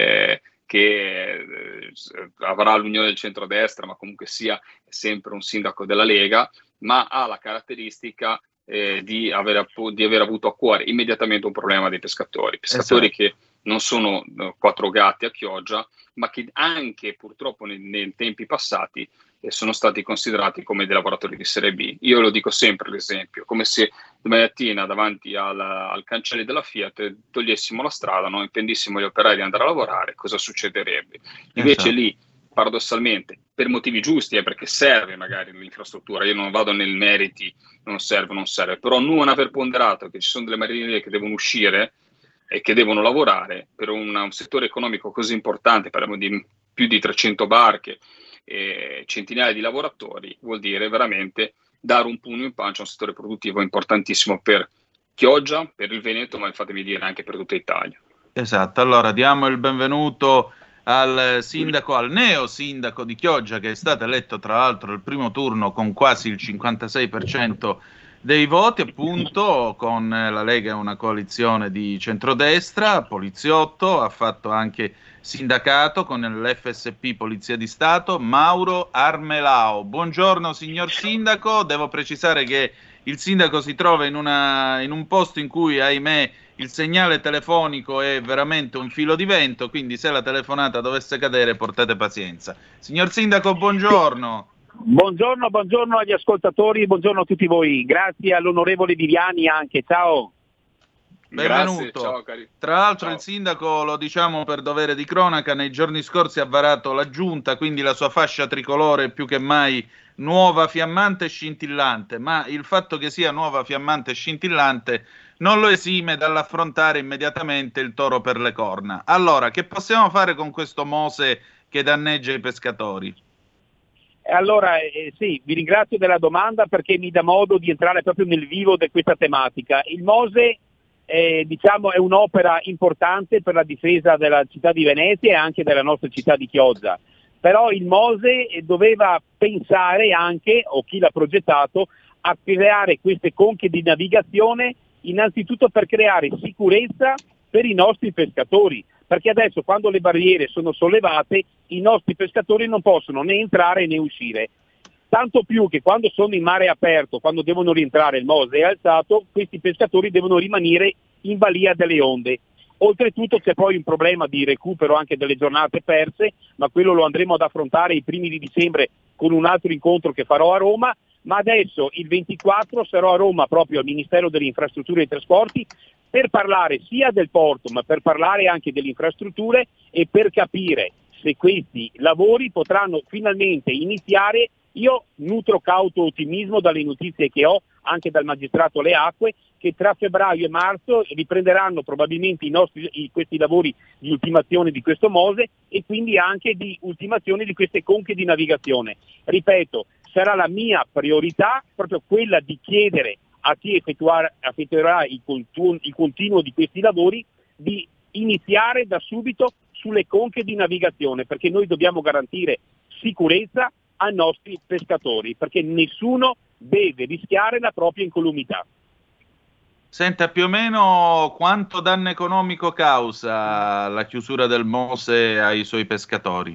che avrà l'unione del centrodestra, ma comunque sia sempre un sindaco della Lega, ma ha la caratteristica di aver avuto a cuore immediatamente un problema dei pescatori che non sono quattro gatti a Chioggia, ma che anche purtroppo nei tempi passati sono stati considerati come dei lavoratori di serie B. Io lo dico sempre, l'esempio, come se domani mattina davanti al cancello della Fiat togliessimo la strada, non impedissimo agli operai di andare a lavorare, cosa succederebbe? Invece lì, paradossalmente, per motivi giusti, perché serve magari l'infrastruttura, io non vado nel meriti, non serve, però non aver ponderato che ci sono delle marinerie che devono uscire e che devono lavorare per un settore economico così importante, parliamo di più di 300 barche e centinaia di lavoratori, vuol dire veramente dare un pugno in pancia a un settore produttivo importantissimo per Chioggia, per il Veneto, ma fatemi dire anche per tutta Italia. Esatto, allora diamo il benvenuto al neo sindaco di Chioggia, che è stato eletto tra l'altro al primo turno con quasi il 56% dei voti, appunto, con la Lega, una coalizione di centrodestra, poliziotto, ha fatto anche sindacato con l'FSP Polizia di Stato, Mauro Armelao. Buongiorno signor sindaco, devo precisare che il sindaco si trova in un posto in cui, ahimè, il segnale telefonico è veramente un filo di vento, quindi se la telefonata dovesse cadere portate pazienza. Signor sindaco, buongiorno. Buongiorno agli ascoltatori, buongiorno a tutti voi, grazie all'onorevole Viviani anche, ciao. Benvenuto. Grazie, ciao, Tra l'altro il sindaco, lo diciamo per dovere di cronaca, nei giorni scorsi ha varato la giunta, quindi la sua fascia tricolore è più che mai nuova, fiammante e scintillante, ma il fatto che sia nuova, fiammante e scintillante non lo esime dall'affrontare immediatamente il toro per le corna. Allora, che possiamo fare con questo MOSE che danneggia i pescatori? Allora, sì, vi ringrazio della domanda perché mi dà modo di entrare proprio nel vivo di questa tematica. Il MOSE diciamo, è un'opera importante per la difesa della città di Venezia e anche della nostra città di Chioggia, però il MOSE doveva pensare anche, o chi l'ha progettato, a creare queste conche di navigazione innanzitutto per creare sicurezza per i nostri pescatori, perché adesso quando le barriere sono sollevate i nostri pescatori non possono né entrare né uscire. Tanto più che quando sono in mare aperto, quando devono rientrare, il MOSE è alzato, questi pescatori devono rimanere in balia delle onde. Oltretutto c'è poi un problema di recupero anche delle giornate perse, ma quello lo andremo ad affrontare i primi di dicembre con un altro incontro che farò a Roma, ma adesso il 24 sarò a Roma proprio al Ministero delle Infrastrutture e dei Trasporti per parlare sia del porto, ma per parlare anche delle infrastrutture e per capire se questi lavori potranno finalmente iniziare. Io nutro cauto ottimismo dalle notizie che ho anche dal magistrato alle acque che tra febbraio e marzo riprenderanno probabilmente questi lavori di ultimazione di questo MOSE e quindi anche di ultimazione di queste conche di navigazione. Ripeto, sarà la mia priorità proprio quella di chiedere a chi effettuerà il continuo di questi lavori di iniziare da subito sulle conche di navigazione, perché noi dobbiamo garantire sicurezza ai nostri pescatori, perché nessuno deve rischiare la propria incolumità. Senta, più o meno quanto danno economico causa la chiusura del MOSE ai suoi pescatori?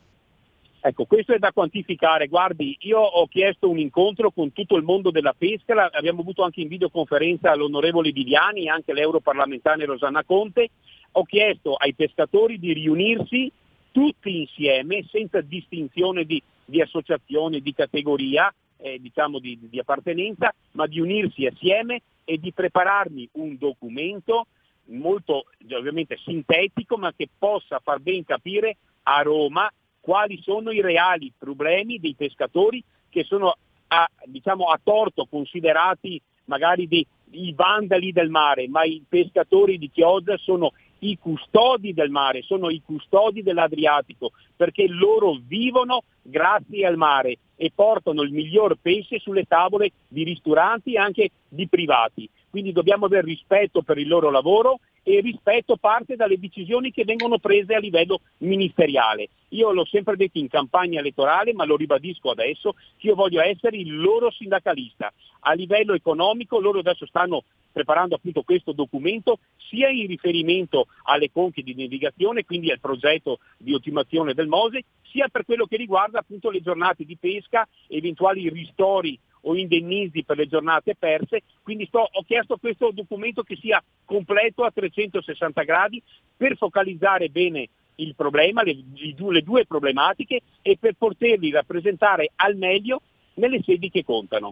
Ecco, questo è da quantificare. Guardi, io ho chiesto un incontro con tutto il mondo della pesca, abbiamo avuto anche in videoconferenza l'onorevole Viviani e anche l'europarlamentare Rosanna Conte. Ho chiesto ai pescatori di riunirsi tutti insieme, senza distinzione di associazione, di categoria, diciamo di appartenenza, ma di unirsi assieme e di prepararmi un documento molto ovviamente sintetico, ma che possa far ben capire a Roma quali sono i reali problemi dei pescatori che sono a torto considerati magari i vandali del mare, ma i pescatori di Chioggia sono i custodi del mare, sono i custodi dell'Adriatico, perché loro vivono grazie al mare e portano il miglior pesce sulle tavole di ristoranti e anche di privati. Quindi dobbiamo avere rispetto per il loro lavoro, e il rispetto parte dalle decisioni che vengono prese a livello ministeriale. Io l'ho sempre detto in campagna elettorale, ma lo ribadisco adesso, che io voglio essere il loro sindacalista. A livello economico loro adesso stanno preparando appunto questo documento sia in riferimento alle conche di navigazione, quindi al progetto di ottimazione del Mose, sia per quello che riguarda appunto le giornate di pesca, eventuali ristori o indennizi per le giornate perse. Quindi ho chiesto questo documento che sia completo a 360 gradi per focalizzare bene il problema, le due problematiche, e per poterli rappresentare al meglio nelle sedi che contano.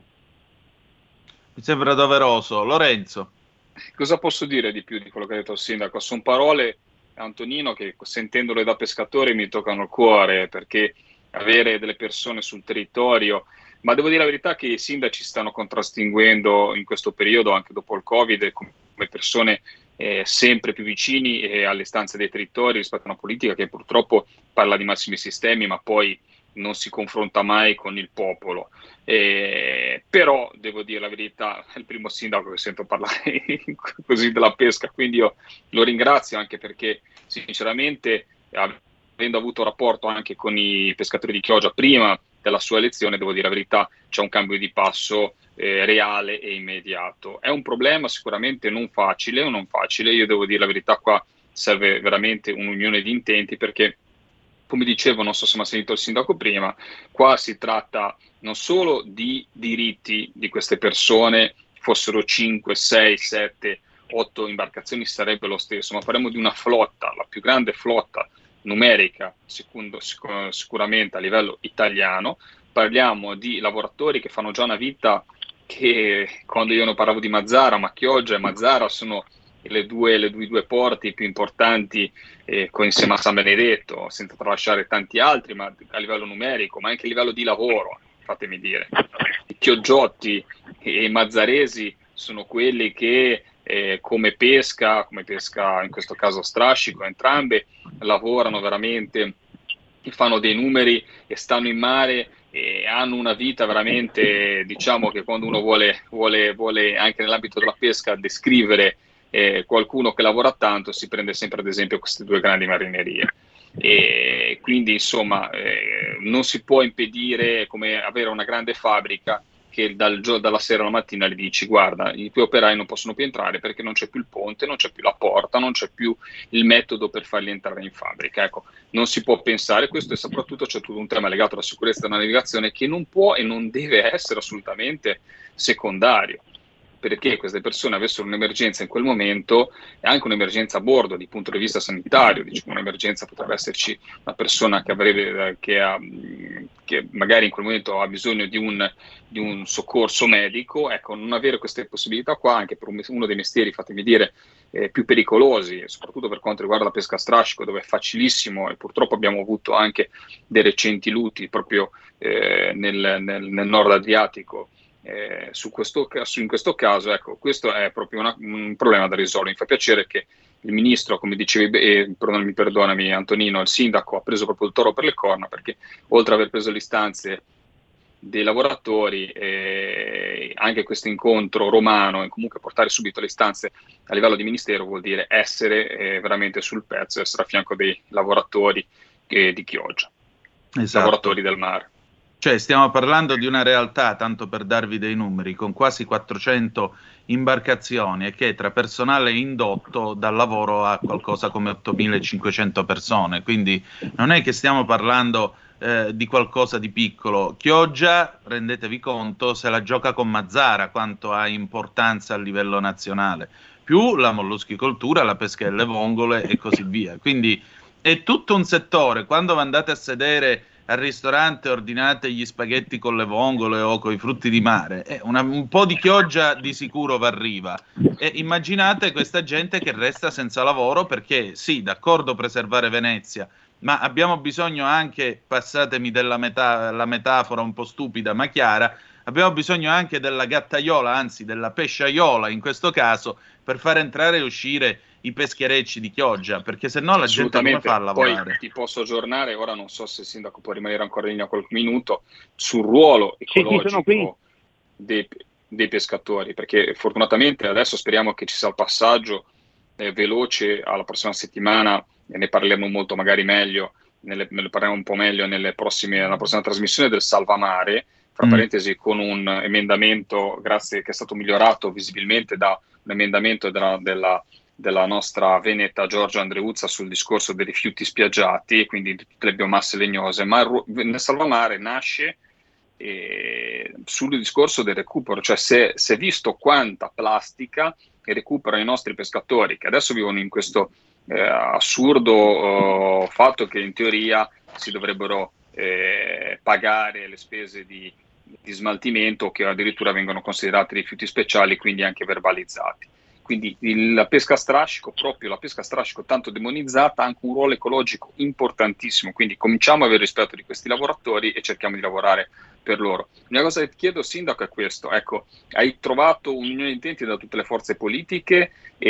Mi sembra doveroso. Lorenzo. Cosa posso dire di più di quello che ha detto il sindaco? Sono parole, Antonino, che sentendole da pescatore mi toccano il cuore, perché avere delle persone sul territorio, ma devo dire la verità che i sindaci stanno contraddistinguendo in questo periodo, anche dopo il Covid, come persone sempre più vicini alle istanze dei territori rispetto a una politica che purtroppo parla di massimi sistemi, ma poi non si confronta mai con il popolo. Però devo dire la verità, è il primo sindaco che sento parlare così della pesca, quindi io lo ringrazio, anche perché sinceramente, avendo avuto rapporto anche con i pescatori di Chioggia prima della sua elezione, devo dire la verità, c'è un cambio di passo reale e immediato. È un problema sicuramente non facile, io devo dire la verità, qua serve veramente un'unione di intenti, perché come dicevo, non so se mi ha sentito il sindaco prima, qua si tratta non solo di diritti di queste persone, fossero 5, 6, 7, 8 imbarcazioni sarebbe lo stesso, ma parliamo di una flotta, la più grande flotta numerica sicuramente a livello italiano. Parliamo di lavoratori che fanno già una vita che, quando io ne parlavo di Mazara, ma Chioggia e Mazara sono le due porti più importanti insieme a San Benedetto, senza tralasciare tanti altri, ma a livello numerico, ma anche a livello di lavoro, fatemi dire. I Chioggiotti e i Mazzaresi sono quelli che come pesca in questo caso strascico, entrambe lavorano veramente, fanno dei numeri e stanno in mare e hanno una vita veramente, diciamo che quando uno vuole anche nell'ambito della pesca descrivere qualcuno che lavora tanto, si prende sempre ad esempio queste due grandi marinerie. E quindi insomma non si può impedire, come avere una grande fabbrica, che dalla sera alla mattina gli dici: guarda, i tuoi operai non possono più entrare perché non c'è più il ponte, non c'è più la porta, non c'è più il metodo per farli entrare in fabbrica. Ecco, non si può pensare questo, e soprattutto c'è tutto un tema legato alla sicurezza della navigazione che non può e non deve essere assolutamente secondario, perché queste persone avessero un'emergenza in quel momento, e anche un'emergenza a bordo di punto di vista sanitario, diciamo un'emergenza, potrebbe esserci una persona che magari in quel momento ha bisogno di un soccorso medico. Ecco, non avere queste possibilità qua, anche per uno dei mestieri, fatemi dire, più pericolosi, soprattutto per quanto riguarda la pesca a strascico, dove è facilissimo, e purtroppo abbiamo avuto anche dei recenti lutti proprio nel nord Adriatico, in questo caso. Ecco, questo è proprio un problema da risolvere. Mi fa piacere che il ministro, come dicevi, perdonami Antonino, il sindaco ha preso proprio il toro per le corna, perché oltre ad aver preso le istanze dei lavoratori, anche questo incontro romano, e comunque portare subito le istanze a livello di ministero, vuol dire essere veramente sul pezzo, essere a fianco dei lavoratori di Chioggia, esatto. Lavoratori del mare. Cioè, stiamo parlando di una realtà, tanto per darvi dei numeri, con quasi 400 imbarcazioni, e che tra personale indotto dal lavoro a qualcosa come 8.500 persone. Quindi non è che stiamo parlando di qualcosa di piccolo. Chioggia, rendetevi conto, se la gioca con Mazara, quanto ha importanza a livello nazionale, più la molluschicoltura, la pesca delle vongole e così via. Quindi è tutto un settore. Quando andate a sedere al ristorante ordinate gli spaghetti con le vongole o con i frutti di mare, un po' di chioggia di sicuro vi arriva. E immaginate questa gente che resta senza lavoro perché, sì, d'accordo preservare Venezia, ma abbiamo bisogno anche, passatemi la metafora un po' stupida ma chiara, abbiamo bisogno anche della gattaiola, anzi della pesciaiola in questo caso, per far entrare e uscire i pescherecci di Chioggia, perché se no la gente come fa a lavorare? Poi ti posso aggiornare, ora non so se il sindaco può rimanere ancora in linea qualche minuto, sul ruolo ecologico dei pescatori, perché fortunatamente adesso speriamo che ci sia il passaggio veloce alla prossima settimana, e ne parleremo molto magari meglio, ne parleremo un po' meglio nella prossima trasmissione del Salvamare, fra parentesi con un emendamento, grazie, che è stato migliorato visibilmente da un emendamento della nostra veneta Giorgia Andreuzza sul discorso dei rifiuti spiaggiati, quindi di tutte le biomasse legnose, ma nel Salvamare nasce sul discorso del recupero, cioè se è visto quanta plastica recuperano i nostri pescatori, che adesso vivono in questo assurdo fatto che in teoria si dovrebbero pagare le spese di smaltimento, che addirittura vengono considerati rifiuti speciali, quindi anche verbalizzati. Quindi la pesca a strascico, proprio la pesca a strascico tanto demonizzata, ha anche un ruolo ecologico importantissimo, quindi cominciamo a avere rispetto di questi lavoratori e cerchiamo di lavorare per loro. Una cosa che ti chiedo, sindaco, è questo: ecco, hai trovato un'unione di intenti da tutte le forze politiche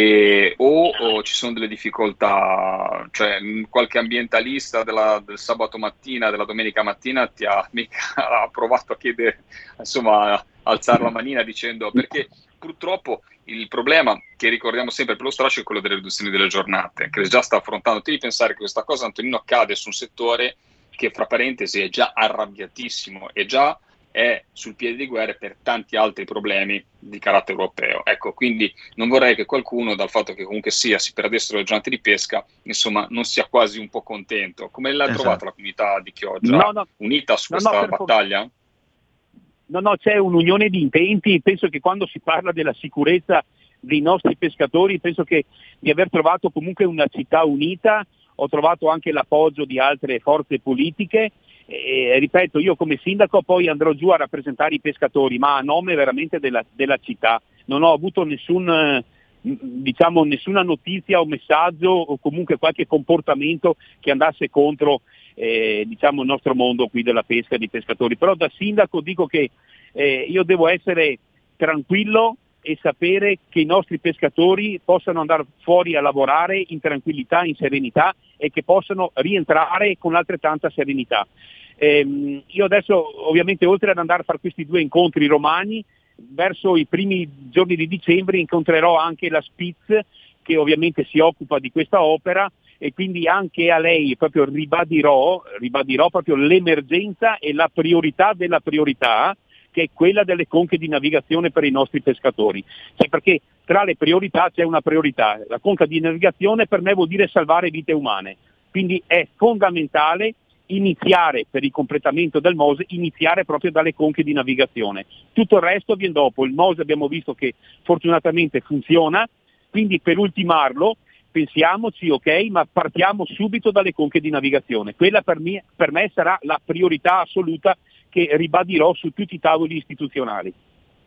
o ci sono delle difficoltà? Cioè qualche ambientalista del sabato mattina, della domenica mattina ti ha mica provato a chiedere, insomma, a alzare la manina dicendo, perché purtroppo il problema che ricordiamo sempre per lo strascico è quello delle riduzioni delle giornate, che già sta affrontando. Devi pensare che questa cosa, Antonino, accade su un settore che, fra parentesi, è già arrabbiatissimo e già è sul piede di guerra per tanti altri problemi di carattere europeo. Ecco, quindi non vorrei che qualcuno, dal fatto che comunque sia si perdessero le giornate di pesca, insomma, non sia quasi un po' contento. Come l'ha trovata la comunità di Chioggia? Unita su questa battaglia? No, c'è un'unione di intenti. Penso che quando si parla della sicurezza dei nostri pescatori, penso che di aver trovato comunque una città unita. Ho trovato anche l'appoggio di altre forze politiche e ripeto, io come sindaco poi andrò giù a rappresentare i pescatori, ma a nome veramente della città. Non ho avuto nessuna notizia o messaggio o comunque qualche comportamento che andasse contro il nostro mondo qui della pesca e dei pescatori. Però da sindaco dico che io devo essere tranquillo e sapere che i nostri pescatori possano andare fuori a lavorare in tranquillità, in serenità, e che possano rientrare con altrettanta serenità. Io adesso, ovviamente, oltre ad andare a fare questi 2 incontri romani, verso i primi giorni di dicembre incontrerò anche la Spitz, che ovviamente si occupa di questa opera, e quindi anche a lei proprio ribadirò proprio l'emergenza e la priorità della priorità, che è quella delle conche di navigazione per i nostri pescatori. Cioè, perché tra le priorità c'è una priorità. La conca di navigazione per me vuol dire salvare vite umane. Quindi è fondamentale iniziare, per il completamento del MOSE, iniziare proprio dalle conche di navigazione. Tutto il resto viene dopo. Il MOSE abbiamo visto che fortunatamente funziona, quindi per ultimarlo pensiamoci, ok, ma partiamo subito dalle conche di navigazione. Quella per me sarà la priorità assoluta, che ribadirò su tutti i tavoli istituzionali.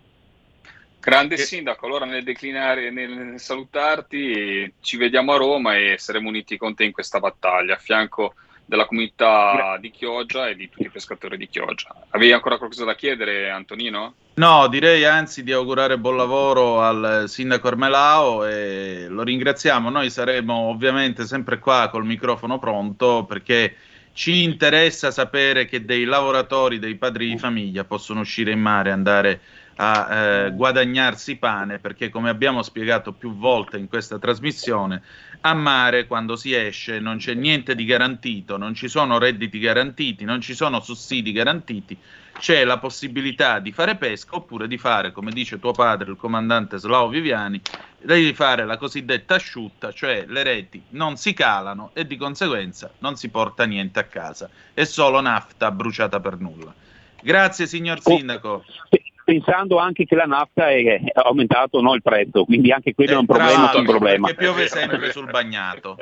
Grande sindaco, allora nel salutarti, ci vediamo a Roma e saremo uniti con te in questa battaglia, a fianco della comunità di Chioggia e di tutti i pescatori di Chioggia. Avevi ancora qualcosa da chiedere, Antonino? No, direi anzi di augurare buon lavoro al sindaco Armelao e lo ringraziamo. Noi saremo ovviamente sempre qua col microfono pronto, perché ci interessa sapere che dei lavoratori, dei padri di famiglia possono uscire in mare e andare a guadagnarsi pane, perché come abbiamo spiegato più volte in questa trasmissione, a mare quando si esce non c'è niente di garantito, non ci sono redditi garantiti, non ci sono sussidi garantiti, c'è la possibilità di fare pesca oppure di fare, come dice tuo padre, il comandante Slavo Viviani, di fare la cosiddetta asciutta, cioè le reti non si calano e di conseguenza non si porta niente a casa, è solo nafta bruciata per nulla. Grazie signor sindaco. Pensando anche che la nafta è aumentato il prezzo, quindi anche quello è un problema. Perché piove sempre sul bagnato.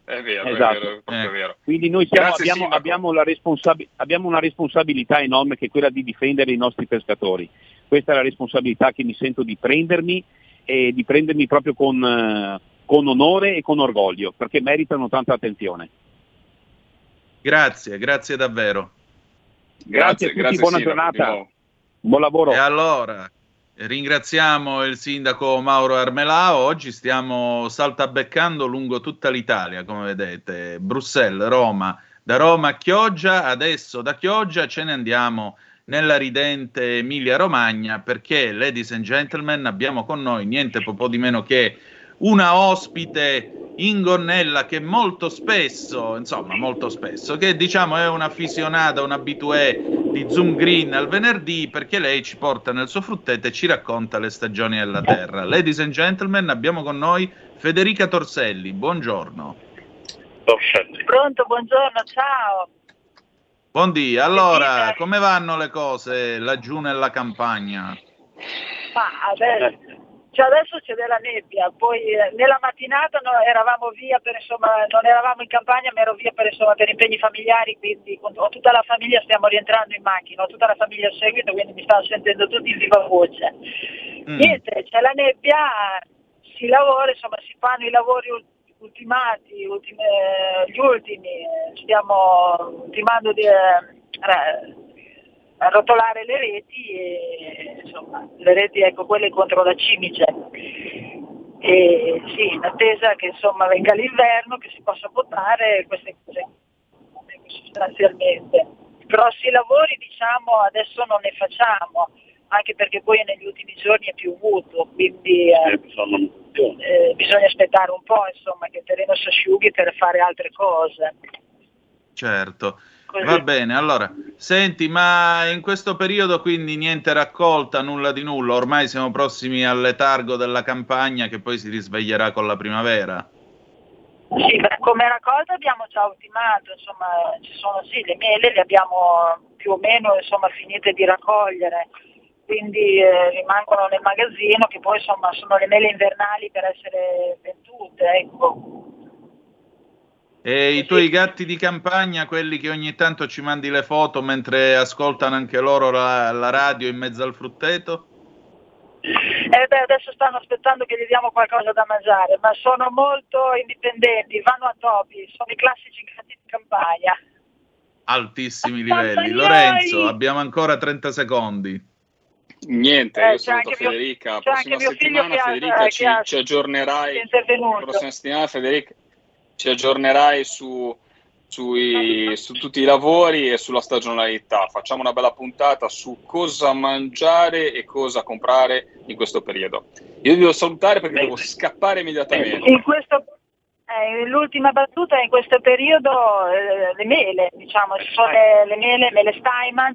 È vero, Esatto. è vero, è proprio vero. Quindi noi abbiamo una responsabilità enorme, che è quella di difendere i nostri pescatori. Questa è la responsabilità che mi sento di prendermi, e di prendermi proprio con onore e con orgoglio, perché meritano tanta attenzione. Grazie davvero. Grazie a tutti, buona giornata, buon lavoro. E allora ringraziamo il sindaco Mauro Armelao. Oggi stiamo saltabeccando lungo tutta l'Italia, come vedete, Bruxelles, Roma, da Roma a Chioggia. Adesso da Chioggia ce ne andiamo nella ridente Emilia Romagna, perché, ladies and gentlemen, abbiamo con noi niente po' di meno che una ospite in gonnella che molto spesso, che diciamo è una afficionata, un habitué di Zoom Green al venerdì, perché lei ci porta nel suo frutteto e ci racconta le stagioni della terra. Ladies and gentlemen, abbiamo con noi Federica Torselli. Buongiorno. Pronto, buongiorno, ciao. Buondì, allora, come vanno le cose laggiù nella campagna? Ma adesso c'è della nebbia, poi nella mattinata eravamo via non eravamo in campagna, ma ero via per impegni familiari, quindi con tutta la famiglia stiamo rientrando in macchina, ho tutta la famiglia a seguito, quindi mi stanno sentendo tutti in viva voce. Niente, c'è la nebbia, si lavora, si fanno i lavori ultimati, gli ultimi, stiamo ultimando di arrotolare le reti, e le reti, ecco, quelle contro la cimice, e sì, in attesa che venga l'inverno, che si possa votare queste cose sostanzialmente. I grossi lavori adesso non ne facciamo, anche perché poi negli ultimi giorni è piovuto, quindi bisogna aspettare un po', che il terreno si asciughi per fare altre cose. Certo. Va bene, allora, senti, ma in questo periodo quindi niente raccolta, nulla di nulla, ormai siamo prossimi al letargo della campagna che poi si risveglierà con la primavera? Sì, come raccolta abbiamo già ultimato, ci sono le mele, le abbiamo più o meno finite di raccogliere, quindi rimangono nel magazzino, che poi sono le mele invernali per essere vendute, ecco. E i tuoi gatti di campagna, quelli che ogni tanto ci mandi le foto mentre ascoltano anche loro la radio in mezzo al frutteto? Adesso stanno aspettando che gli diamo qualcosa da mangiare, ma sono molto indipendenti, vanno a topi, sono i classici gatti di campagna. Altissimi livelli. Lorenzo, abbiamo ancora 30 secondi. Niente, io saluto Federica. Prossima settimana, Federica, ci aggiornerai. Prossima settimana, Federica, ci aggiornerai su tutti i lavori e sulla stagionalità. Facciamo una bella puntata su cosa mangiare e cosa comprare in questo periodo. Io vi devo salutare perché devo scappare immediatamente. L'ultima battuta è in questo periodo le mele, ci sono le mele Steinman,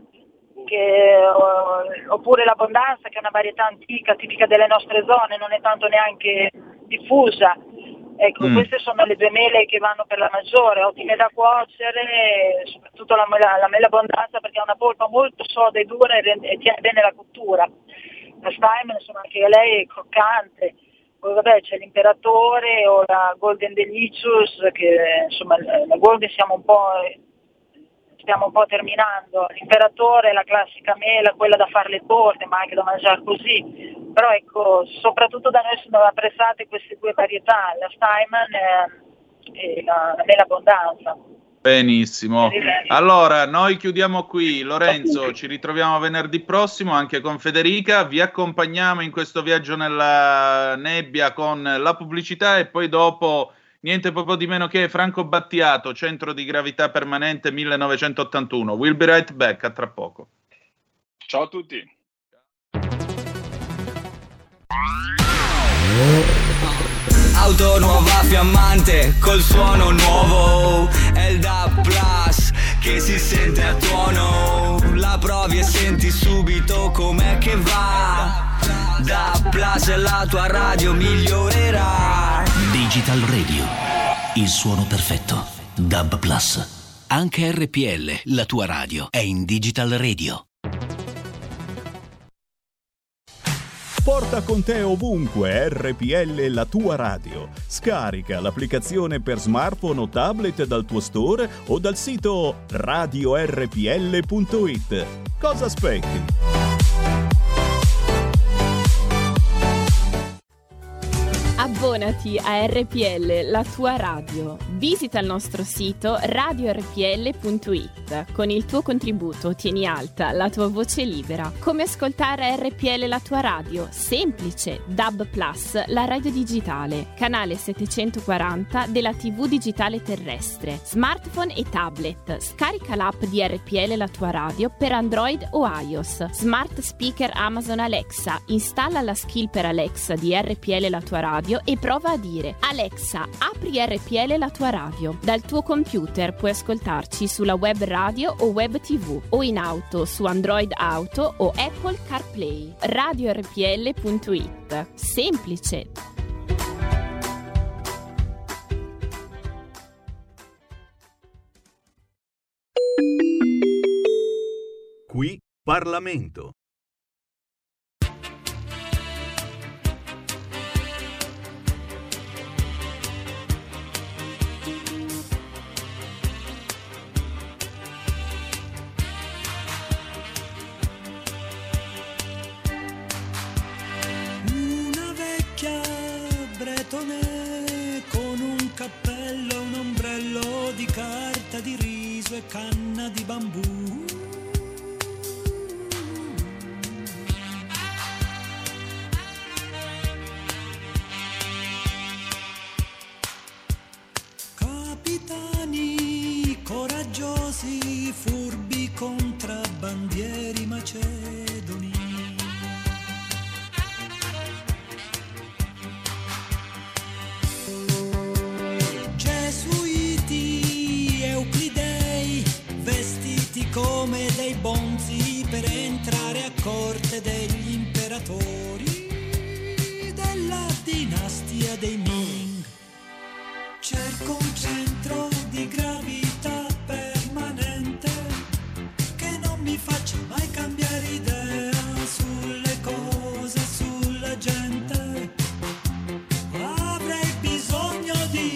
oppure l'abbondanza, che è una varietà antica, tipica delle nostre zone, non è tanto neanche diffusa. Ecco, queste sono le due mele che vanno per la maggiore, ottime da cuocere, soprattutto la mela abbondanza, perché ha una polpa molto soda e dura e tiene bene la cottura. La Steinman, anche lei è croccante. Poi vabbè, c'è l'imperatore o la Golden Delicious, che la Golden stiamo un po' terminando. L'imperatore è la classica mela, quella da fare le torte, ma anche da mangiare così. Però ecco, soprattutto da noi sono apprezzate queste due varietà, la Steinman e la mela abbondanza. Benissimo. Allora, noi chiudiamo qui. Lorenzo, ci ritroviamo venerdì prossimo anche con Federica. Vi accompagniamo in questo viaggio nella nebbia con la pubblicità e poi dopo niente proprio di meno che Franco Battiato, Centro di Gravità Permanente 1981. We'll be right back, a tra poco. Ciao a tutti. Auto nuova fiammante col suono nuovo, è il DAB Plus che si sente a tuono, la provi e senti subito com'è che va. DAB Plus e la tua radio migliorerà. Digital Radio, il suono perfetto. DAB Plus. Anche RPL, la tua radio, è in Digital Radio. Porta con te ovunque RPL, la tua radio. Scarica l'applicazione per smartphone o tablet dal tuo store o dal sito radiorpl.it. Cosa aspetti? Abbonati a RPL, la tua radio. Visita il nostro sito radiorpl.it. Con il tuo contributo tieni alta la tua voce libera. Come ascoltare RPL, la tua radio? Semplice. DAB+, la radio digitale. Canale 740 della TV digitale terrestre. Smartphone e tablet. Scarica l'app di RPL, la tua radio per Android o iOS. Smart speaker Amazon Alexa. Installa la skill per Alexa di RPL, la tua radio e prova a dire: Alexa, apri RPL, la tua radio. Dal tuo computer puoi ascoltarci sulla web radio o web TV o in auto su Android Auto o Apple CarPlay. radiorpl.it. Semplice. Qui Parlamento. Con un cappello e un ombrello di carta di riso e canna di bambù. Capitani coraggiosi, furbi contrabbandieri macedoni. Come dei bonzi per entrare a corte degli imperatori della dinastia dei Ming. Cerco un centro di gravità permanente che non mi faccia mai cambiare idea sulle cose, sulla gente. Avrei bisogno di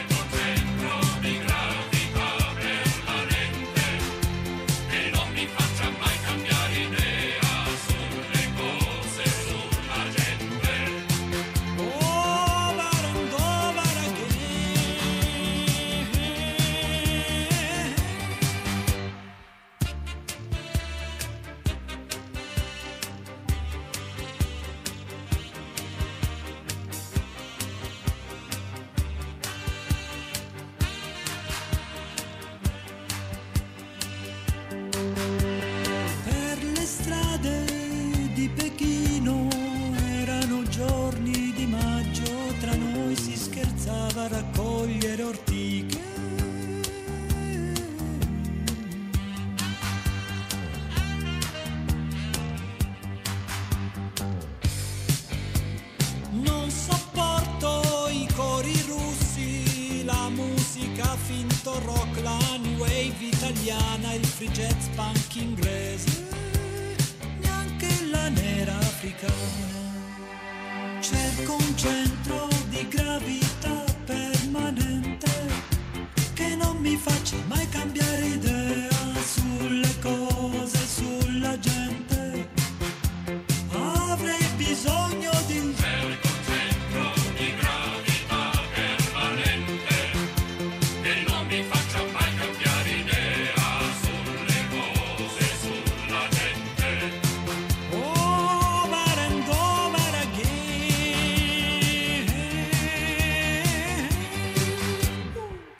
a raccogliere ortiche. Non sopporto i cori russi, la musica finto rock, la new wave italiana, il free jazz punk inglese, neanche la nera africana. Cerco un centro di gravità permanente che non mi faccia mai cambiare idea sulle cose, sulla gente. Avrei bisogno di un centro di gravità permanente che non mi faccia mai cambiare idea sulle cose, sulla gente. Over and over again.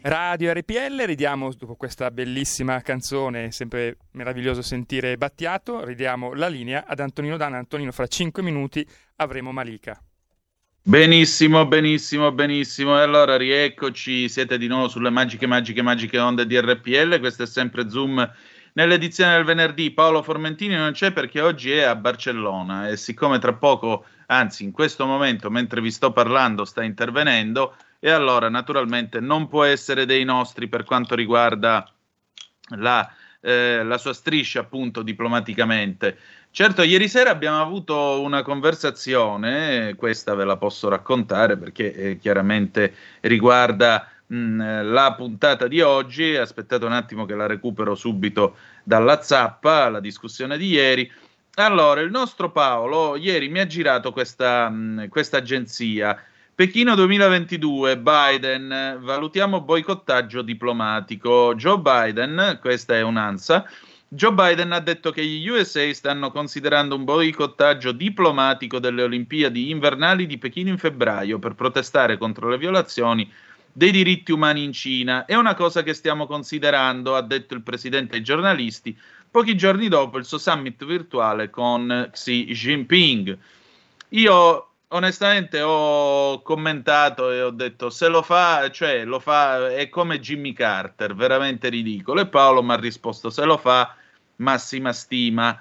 Radio RPL, ridiamo dopo questa bellissima canzone, sempre meraviglioso sentire Battiato, ridiamo la linea ad Antonino Danna. Antonino, fra 5 minuti avremo Malika. Benissimo. E allora rieccoci, siete di nuovo sulle magiche onde di RPL. Questo è sempre Zoom nell'edizione del venerdì. Paolo Formentini non c'è perché oggi è a Barcellona e siccome tra poco, anzi in questo momento mentre vi sto parlando sta intervenendo, e allora naturalmente non può essere dei nostri per quanto riguarda la sua striscia, appunto, diplomaticamente. Certo, ieri sera abbiamo avuto una conversazione, questa ve la posso raccontare perché chiaramente riguarda la puntata di oggi. Aspettate un attimo che la recupero subito dalla zappa, la discussione di ieri. Allora, il nostro Paolo ieri mi ha girato questa agenzia. Pechino 2022, Biden, valutiamo boicottaggio diplomatico. Joe Biden, questa è un'ANSA, Joe Biden ha detto che gli USA stanno considerando un boicottaggio diplomatico delle Olimpiadi invernali di Pechino in febbraio per protestare contro le violazioni dei diritti umani in Cina. È una cosa che stiamo considerando, ha detto il presidente ai giornalisti, pochi giorni dopo il suo summit virtuale con Xi Jinping. Io onestamente ho commentato e ho detto se lo fa, cioè lo fa, è come Jimmy Carter, veramente ridicolo. E Paolo mi ha risposto se lo fa, massima stima.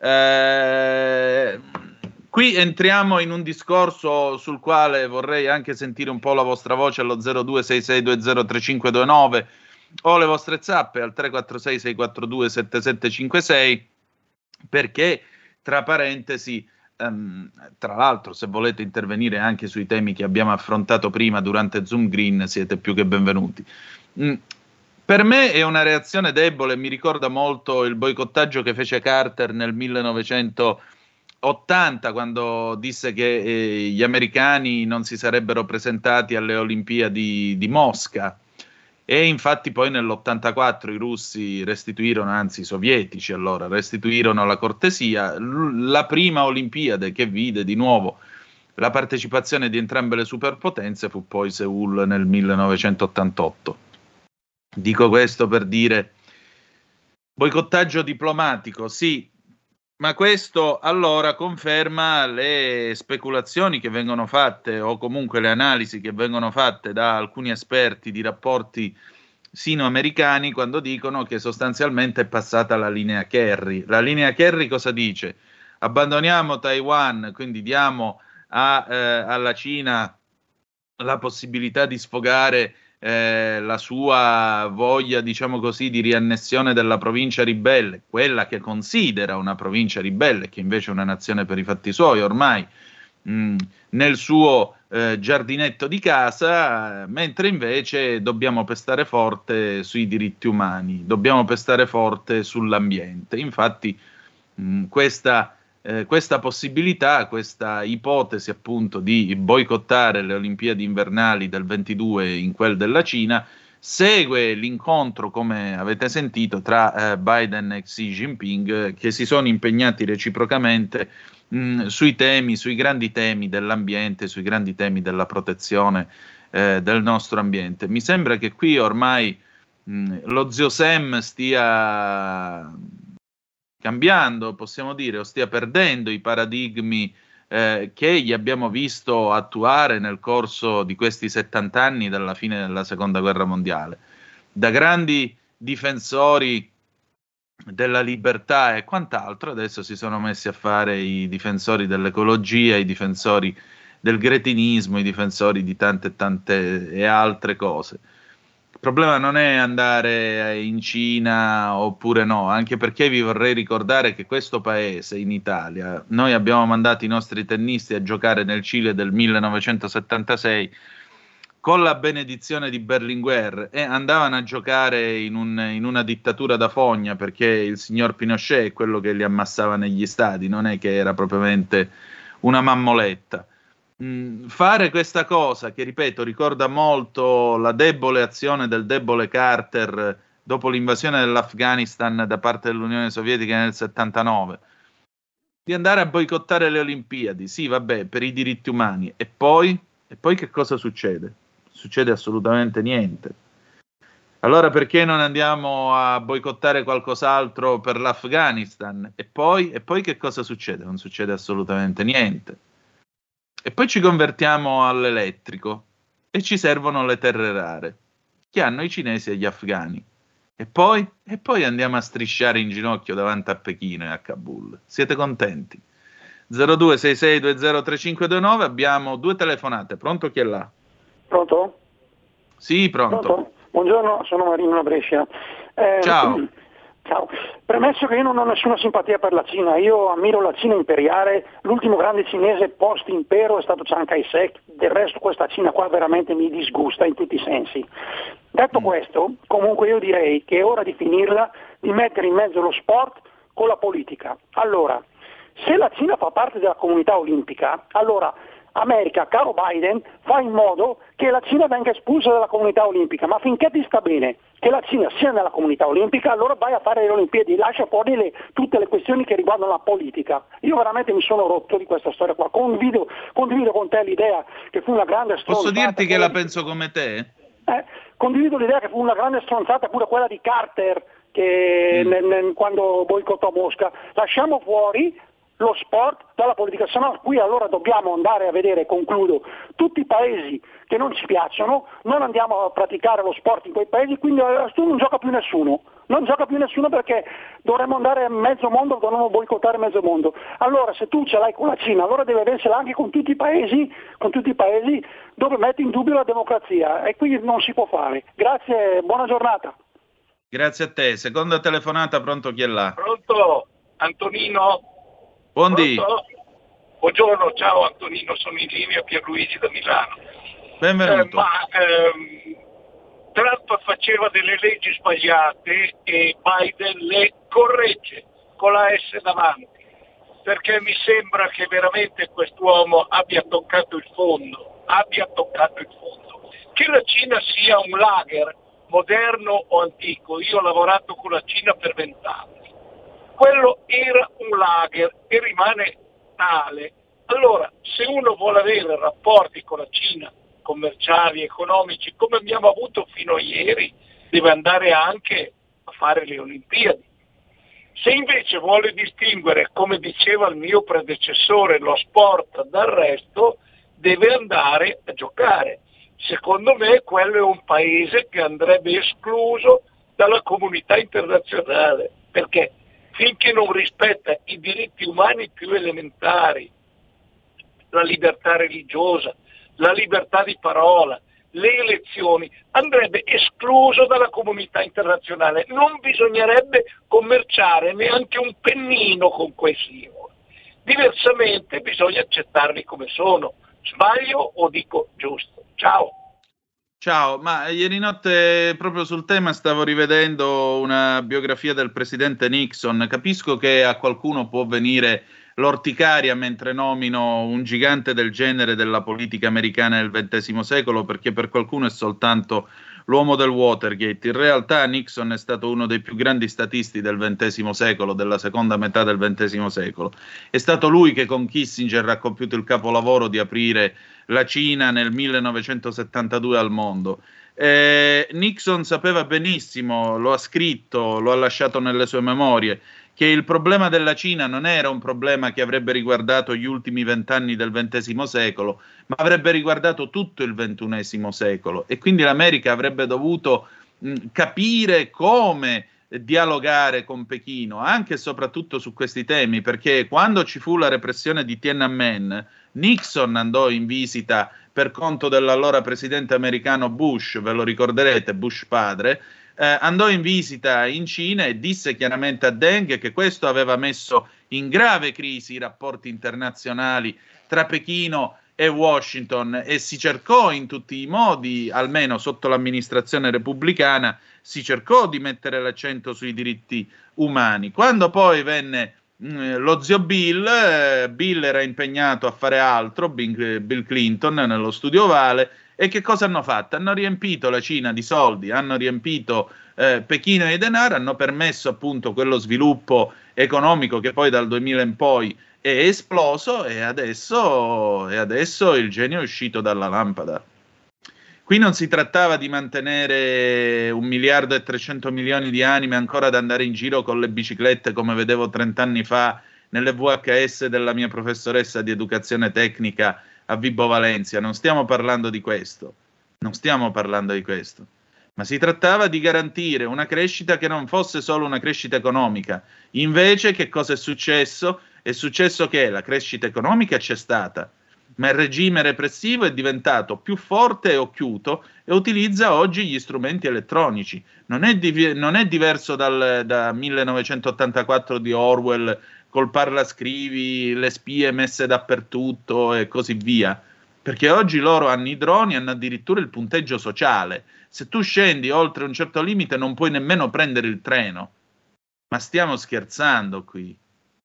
Qui entriamo in un discorso sul quale vorrei anche sentire un po' la vostra voce allo 0266203529 o le vostre zappe al 346 642 7756, perché tra parentesi, tra l'altro, se volete intervenire anche sui temi che abbiamo affrontato prima durante Zoom Green, siete più che benvenuti. Per me è una reazione debole, mi ricorda molto il boicottaggio che fece Carter nel 1980, quando disse che gli americani non si sarebbero presentati alle Olimpiadi di Mosca. E infatti poi nell'84 i russi restituirono, anzi i sovietici allora, restituirono la cortesia. La prima Olimpiade che vide di nuovo la partecipazione di entrambe le superpotenze fu poi Seul nel 1988. Dico questo per dire boicottaggio diplomatico, sì, ma questo allora conferma le speculazioni che vengono fatte o comunque le analisi che vengono fatte da alcuni esperti di rapporti sino-americani quando dicono che sostanzialmente è passata la linea Kerry. La linea Kerry cosa dice? Abbandoniamo Taiwan, quindi diamo alla Cina la possibilità di sfogare la sua voglia, diciamo così, di riannessione della provincia ribelle, quella che considera una provincia ribelle, che invece è una nazione per i fatti suoi ormai, nel suo giardinetto di casa, mentre invece dobbiamo pestare forte sui diritti umani, dobbiamo pestare forte sull'ambiente. Infatti questa possibilità, questa ipotesi appunto di boicottare le Olimpiadi invernali del 22 in quel della Cina segue l'incontro, come avete sentito, tra Biden e Xi Jinping, che si sono impegnati reciprocamente sui grandi temi dell'ambiente, sui grandi temi della protezione del nostro ambiente. Mi sembra che qui ormai lo zio Sam stia cambiando, possiamo dire, o stia perdendo i paradigmi che gli abbiamo visto attuare nel corso di questi 70 anni dalla fine della Seconda Guerra Mondiale. Da grandi difensori della libertà e quant'altro, adesso si sono messi a fare i difensori dell'ecologia, i difensori del gretinismo, i difensori di tante e altre cose. Il problema non è andare in Cina oppure no, anche perché vi vorrei ricordare che questo paese, in Italia, noi abbiamo mandato i nostri tennisti a giocare nel Cile del 1976 con la benedizione di Berlinguer e andavano a giocare in una dittatura da fogna, perché il signor Pinochet è quello che li ammassava negli stadi, non è che era propriamente una mammoletta. Fare questa cosa, che ripeto ricorda molto la debole azione del debole Carter dopo l'invasione dell'Afghanistan da parte dell'Unione Sovietica nel 79, di andare a boicottare le Olimpiadi, sì vabbè, per i diritti umani, e poi che cosa succede? Succede assolutamente niente. Allora perché non andiamo a boicottare qualcos'altro per l'Afghanistan? E poi che cosa succede? Non succede assolutamente niente. E poi ci convertiamo all'elettrico e ci servono le terre rare che hanno i cinesi e gli afghani. E poi andiamo a strisciare in ginocchio davanti a Pechino e a Kabul. Siete contenti? 0266203529, abbiamo 2 telefonate. Pronto, chi è là? Pronto? Sì, pronto. Buongiorno, sono Marino da Brescia. Ciao. Ciao. Premesso che io non ho nessuna simpatia per la Cina, io ammiro la Cina imperiale, l'ultimo grande cinese post-impero è stato Chiang Kai-shek, del resto questa Cina qua veramente mi disgusta in tutti i sensi. Detto questo, comunque io direi che è ora di finirla, di mettere in mezzo lo sport con la politica. Allora, se la Cina fa parte della comunità olimpica, allora America, caro Biden, fa in modo che la Cina venga espulsa dalla comunità olimpica, ma finché ti sta bene che la Cina sia nella comunità olimpica, allora vai a fare le Olimpiadi, lascia fuori tutte le questioni che riguardano la politica. Io veramente mi sono rotto di questa storia qua, condivido con te l'idea che fu una grande stronzata. Posso dirti che la penso come te? Condivido l'idea che fu una grande stronzata pure quella di Carter che quando boicottò Mosca. Lasciamo fuori lo sport dalla politica, se no qui allora dobbiamo andare a vedere, concludo, tutti i paesi che non ci piacciono, non andiamo a praticare lo sport in quei paesi, quindi non gioca più nessuno perché dovremmo andare a mezzo mondo, dovremmo boicottare mezzo mondo. Allora se tu ce l'hai con la Cina, allora devi avercela anche con tutti i paesi dove metti in dubbio la democrazia, e qui non si può fare. Grazie, buona giornata. Grazie a te. Seconda telefonata, pronto, chi è là? Pronto, Antonino? Buondì. Buongiorno, ciao Antonino, sono in linea, Pierluigi da Milano. Benvenuto. Trump faceva delle leggi sbagliate e Biden le corregge con la S davanti, perché mi sembra che veramente quest'uomo abbia toccato il fondo. Che la Cina sia un lager, moderno o antico, io ho lavorato con la Cina per 20 anni. Quello era un lager e rimane tale. Allora, se uno vuole avere rapporti con la Cina, commerciali, economici, come abbiamo avuto fino a ieri, deve andare anche a fare le Olimpiadi. Se invece vuole distinguere, come diceva il mio predecessore, lo sport dal resto, deve andare a giocare. Secondo me quello è un paese che andrebbe escluso dalla comunità internazionale, perché finché non rispetta i diritti umani più elementari, la libertà religiosa, la libertà di parola, le elezioni, andrebbe escluso dalla comunità internazionale. Non bisognerebbe commerciare neanche un pennino con quei simboli. Diversamente bisogna accettarli come sono. Sbaglio o dico giusto? Ciao. Ciao, ma ieri notte proprio sul tema stavo rivedendo una biografia del presidente Nixon. Capisco che a qualcuno può venire l'orticaria mentre nomino un gigante del genere della politica americana del XX secolo, perché per qualcuno è soltanto l'uomo del Watergate. In realtà Nixon è stato uno dei più grandi statisti del XX secolo, della seconda metà del XX secolo. È stato lui che con Kissinger ha compiuto il capolavoro di aprire la Cina nel 1972 al mondo. Nixon sapeva benissimo, lo ha scritto, lo ha lasciato nelle sue memorie, che il problema della Cina non era un problema che avrebbe riguardato gli ultimi 20 anni del XX secolo, ma avrebbe riguardato tutto il XXI secolo, e quindi l'America avrebbe dovuto capire come dialogare con Pechino, anche e soprattutto su questi temi, perché quando ci fu la repressione di Tiananmen, Nixon andò in visita per conto dell'allora presidente americano Bush, ve lo ricorderete, Bush padre, andò in visita in Cina e disse chiaramente a Deng che questo aveva messo in grave crisi i rapporti internazionali tra Pechino e Washington, e si cercò in tutti i modi, almeno sotto l'amministrazione repubblicana, si cercò di mettere l'accento sui diritti umani. Quando poi venne lo zio Bill, Bill era impegnato a fare altro, Bill Clinton, nello studio ovale, e che cosa hanno fatto? Hanno riempito la Cina di soldi, hanno riempito Pechino di denaro, hanno permesso appunto quello sviluppo economico che poi dal 2000 in poi è esploso, e adesso il genio è uscito dalla lampada. Qui non si trattava di mantenere 1.300 milioni di anime ancora ad andare in giro con le biciclette come vedevo 30 anni fa nelle VHS della mia professoressa di educazione tecnica a Vibo Valentia. Non stiamo parlando di questo, ma si trattava di garantire una crescita che non fosse solo una crescita economica. Invece che cosa è successo? È successo che la crescita economica c'è stata, ma il regime repressivo è diventato più forte e occhiuto e utilizza oggi gli strumenti elettronici. Non è diverso da 1984 di Orwell col parlascrivi, le spie messe dappertutto e così via, perché oggi loro hanno i droni, hanno addirittura il punteggio sociale. Se tu scendi oltre un certo limite non puoi nemmeno prendere il treno. Ma stiamo scherzando qui.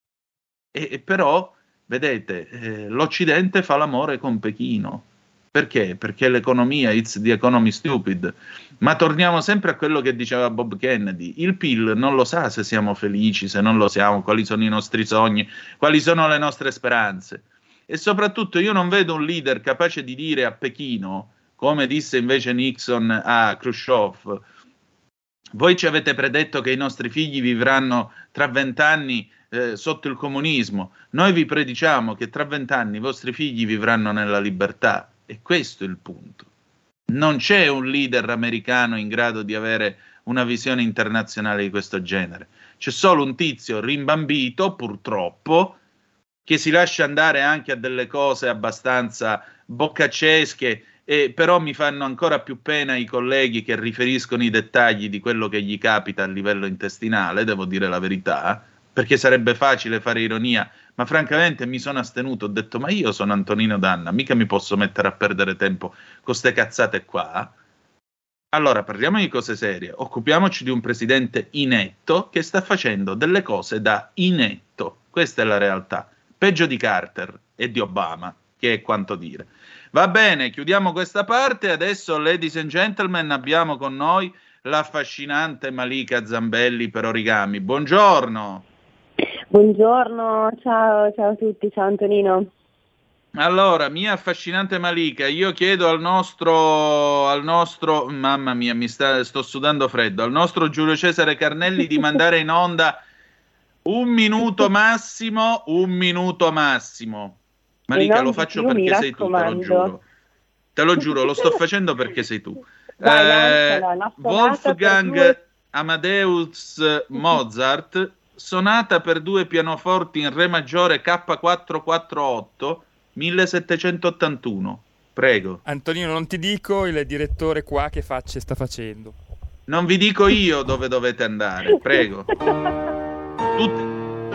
E però vedete, l'Occidente fa l'amore con Pechino. Perché? Perché l'economia, it's the economy stupid. Ma torniamo sempre a quello che diceva Bob Kennedy. Il PIL non lo sa se siamo felici, se non lo siamo, quali sono i nostri sogni, quali sono le nostre speranze. E soprattutto io non vedo un leader capace di dire a Pechino, come disse invece Nixon a Khrushchev, voi ci avete predetto che i nostri figli vivranno tra 20 anni sotto il comunismo, noi vi prediciamo che tra 20 anni i vostri figli vivranno nella libertà. E questo è il punto. Non c'è un leader americano in grado di avere una visione internazionale di questo genere. C'è solo un tizio rimbambito, purtroppo, che si lascia andare anche a delle cose abbastanza boccaccesche, e però mi fanno ancora più pena i colleghi che riferiscono i dettagli di quello che gli capita a livello intestinale, devo dire la verità, perché sarebbe facile fare ironia, ma francamente mi sono astenuto, ho detto ma io sono Antonino Danna, mica mi posso mettere a perdere tempo con ste cazzate qua. Allora parliamo di cose serie, occupiamoci di un presidente inetto che sta facendo delle cose da inetto, questa è la realtà, peggio di Carter e di Obama, che è quanto dire. Va bene, chiudiamo questa parte, adesso ladies and gentlemen abbiamo con noi l'affascinante Malika Zambelli per Origami, buongiorno. Buongiorno, ciao a tutti, ciao Antonino. Allora, mia affascinante Malika, io chiedo al nostro mamma mia, sto sudando freddo, al nostro Giulio Cesare Carnelli di mandare in onda un minuto massimo. Malika, lo faccio perché sei tu, te lo giuro, lo sto facendo perché sei tu. Wolfgang Amadeus Mozart, sonata per 2 pianoforti in re maggiore K448 1781. Prego. Antonino, non ti dico il direttore qua che facce sta facendo. Non vi dico io dove dovete andare, prego. Tutte.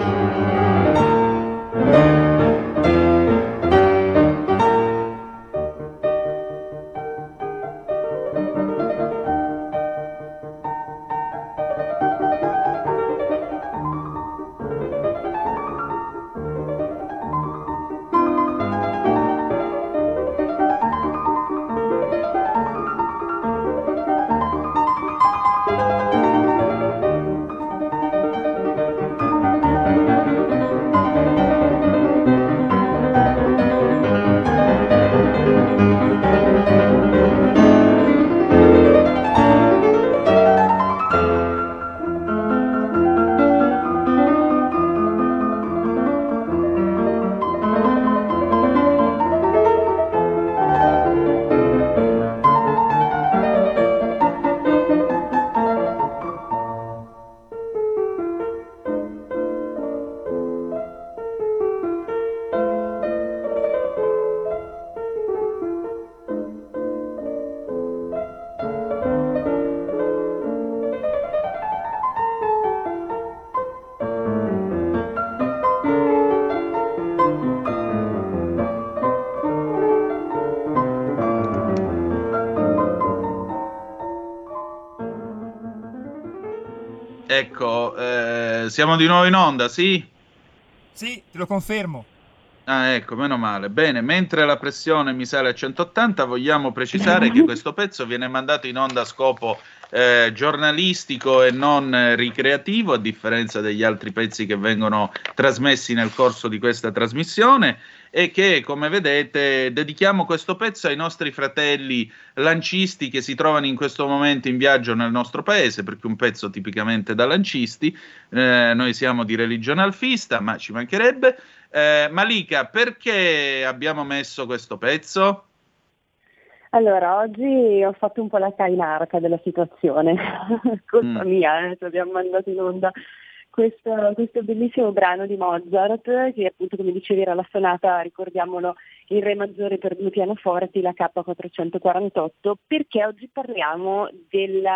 Ecco, siamo di nuovo in onda, sì? Sì, te lo confermo. Ah, ecco, meno male. Bene, mentre la pressione mi sale a 180, vogliamo precisare che questo pezzo viene mandato in onda a scopo giornalistico e non ricreativo, a differenza degli altri pezzi che vengono trasmessi nel corso di questa trasmissione. e che, come vedete, dedichiamo questo pezzo ai nostri fratelli lancisti che si trovano in questo momento in viaggio nel nostro paese, perché un pezzo tipicamente da lancisti, noi siamo di religione alfista, ma ci mancherebbe. Malika, perché abbiamo messo questo pezzo? Allora, oggi ho fatto un po' la tainarca della situazione, colpa mia, ci abbiamo mandato in onda questo bellissimo brano di Mozart, che appunto, come dicevi, era la sonata, ricordiamolo, in re maggiore per 2 pianoforti, la K448, perché oggi parliamo del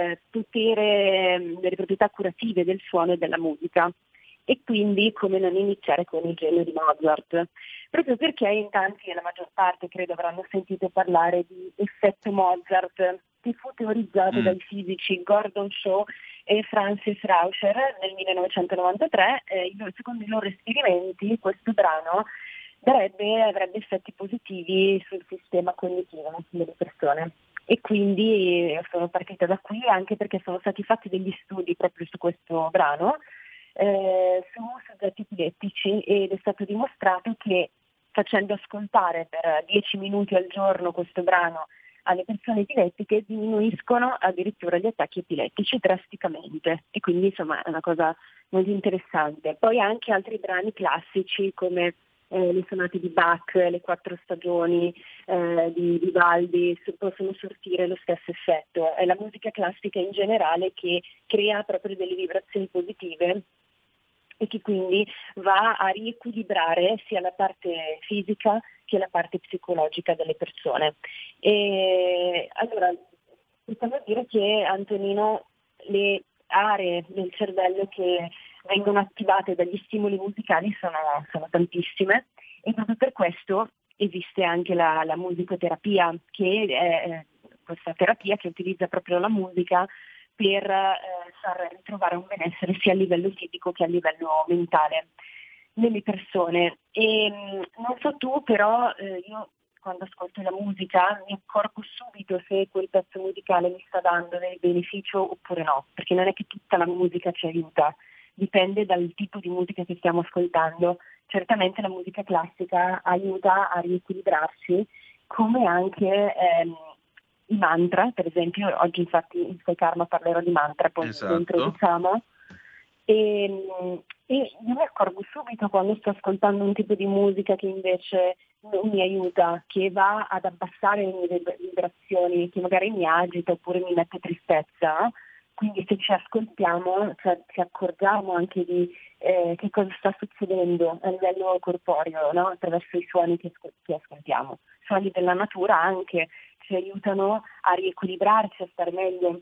potere, delle proprietà curative del suono e della musica. E quindi come non iniziare con il genio di Mozart, proprio perché in tanti, la maggior parte credo, avranno sentito parlare di effetto Mozart, che fu teorizzato dai fisici Gordon Shaw e Francis Rauscher nel 1993. Secondo i loro esperimenti questo brano avrebbe effetti positivi sul sistema cognitivo delle persone. E quindi sono partita da qui, anche perché sono stati fatti degli studi proprio su questo brano, su soggetti epilettici, ed è stato dimostrato che facendo ascoltare per 10 minuti al giorno questo brano alle persone epilettiche diminuiscono addirittura gli attacchi epilettici drasticamente, e quindi insomma è una cosa molto interessante. Poi anche altri brani classici come le sonate di Bach, le 4 stagioni di Vivaldi possono sortire lo stesso effetto. È la musica classica in generale che crea proprio delle vibrazioni positive e che quindi va a riequilibrare sia la parte fisica che la parte psicologica delle persone. E allora, possiamo dire che, Antonino, le aree del cervello che vengono attivate dagli stimoli musicali sono tantissime, e proprio per questo esiste anche la musicoterapia, che è questa terapia che utilizza proprio la musica per far ritrovare un benessere sia a livello fisico che a livello mentale nelle persone. E non so tu, però io quando ascolto la musica mi accorgo subito se quel pezzo musicale mi sta dando del beneficio oppure no, perché non è che tutta la musica ci aiuta, dipende dal tipo di musica che stiamo ascoltando. Certamente la musica classica aiuta a riequilibrarsi, come anche i mantra, per esempio. Oggi infatti in Sky Karma parlerò di mantra, poi lo introduciamo. E io mi accorgo subito quando sto ascoltando un tipo di musica che invece non mi aiuta, che va ad abbassare le mie vibrazioni, che magari mi agita oppure mi mette tristezza. Quindi se ci ascoltiamo, ci accorgiamo anche di che cosa sta succedendo a livello corporeo, no? Attraverso i suoni che ascoltiamo. Suoni della natura anche ci aiutano a riequilibrarci, a stare meglio.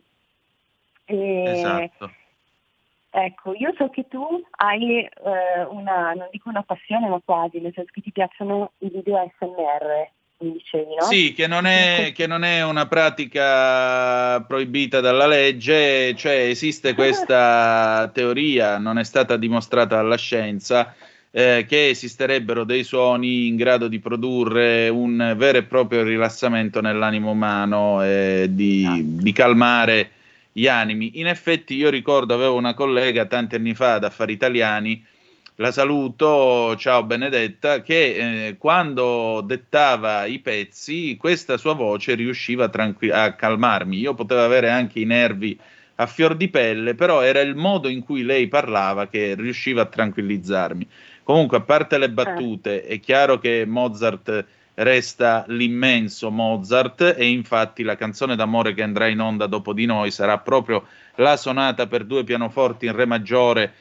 Esatto. Ecco, io so che tu hai non dico una passione, ma quasi, nel senso che ti piacciono i video ASMR, mi dicevi, no? Sì, che non è una pratica proibita dalla legge, cioè esiste questa teoria, non è stata dimostrata dalla scienza, che esisterebbero dei suoni in grado di produrre un vero e proprio rilassamento nell'animo umano e di calmare gli animi. In effetti io ricordo, avevo una collega tanti anni fa ad Affari Italiani, la saluto, ciao Benedetta, che quando dettava i pezzi questa sua voce riusciva a calmarmi. Io potevo avere anche i nervi a fior di pelle, però era il modo in cui lei parlava che riusciva a tranquillizzarmi. Comunque, a parte le battute, è chiaro che Mozart resta l'immenso Mozart, e infatti la canzone d'amore che andrà in onda dopo di noi sarà proprio la sonata per 2 pianoforti in re maggiore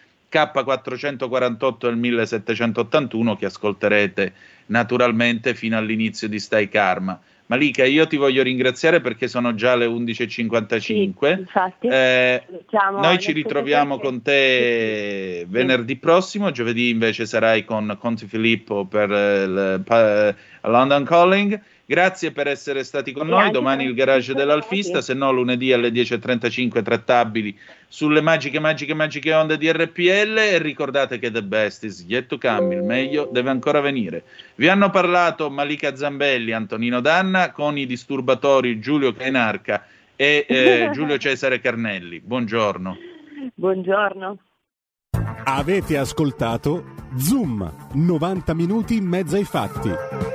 K448 del 1781, che ascolterete naturalmente fino all'inizio di Sky Karma. Malika, io ti voglio ringraziare perché sono già le 11.55. Sì, infatti, noi ci ritroviamo con te venerdì prossimo, giovedì invece sarai con Conte Filippo per London Calling. Grazie per essere stati con noi. Domani il garage dell'Alfista, se no lunedì alle 10.35 trattabili sulle magiche onde di RPL. E ricordate che the best is yet to come, il meglio deve ancora venire. Vi hanno parlato Malika Zambelli, Antonino Danna, con i disturbatori Giulio Cainarca e Giulio Cesare Carnelli. Buongiorno. Buongiorno. Avete ascoltato Zoom, 90 minuti in mezzo ai fatti.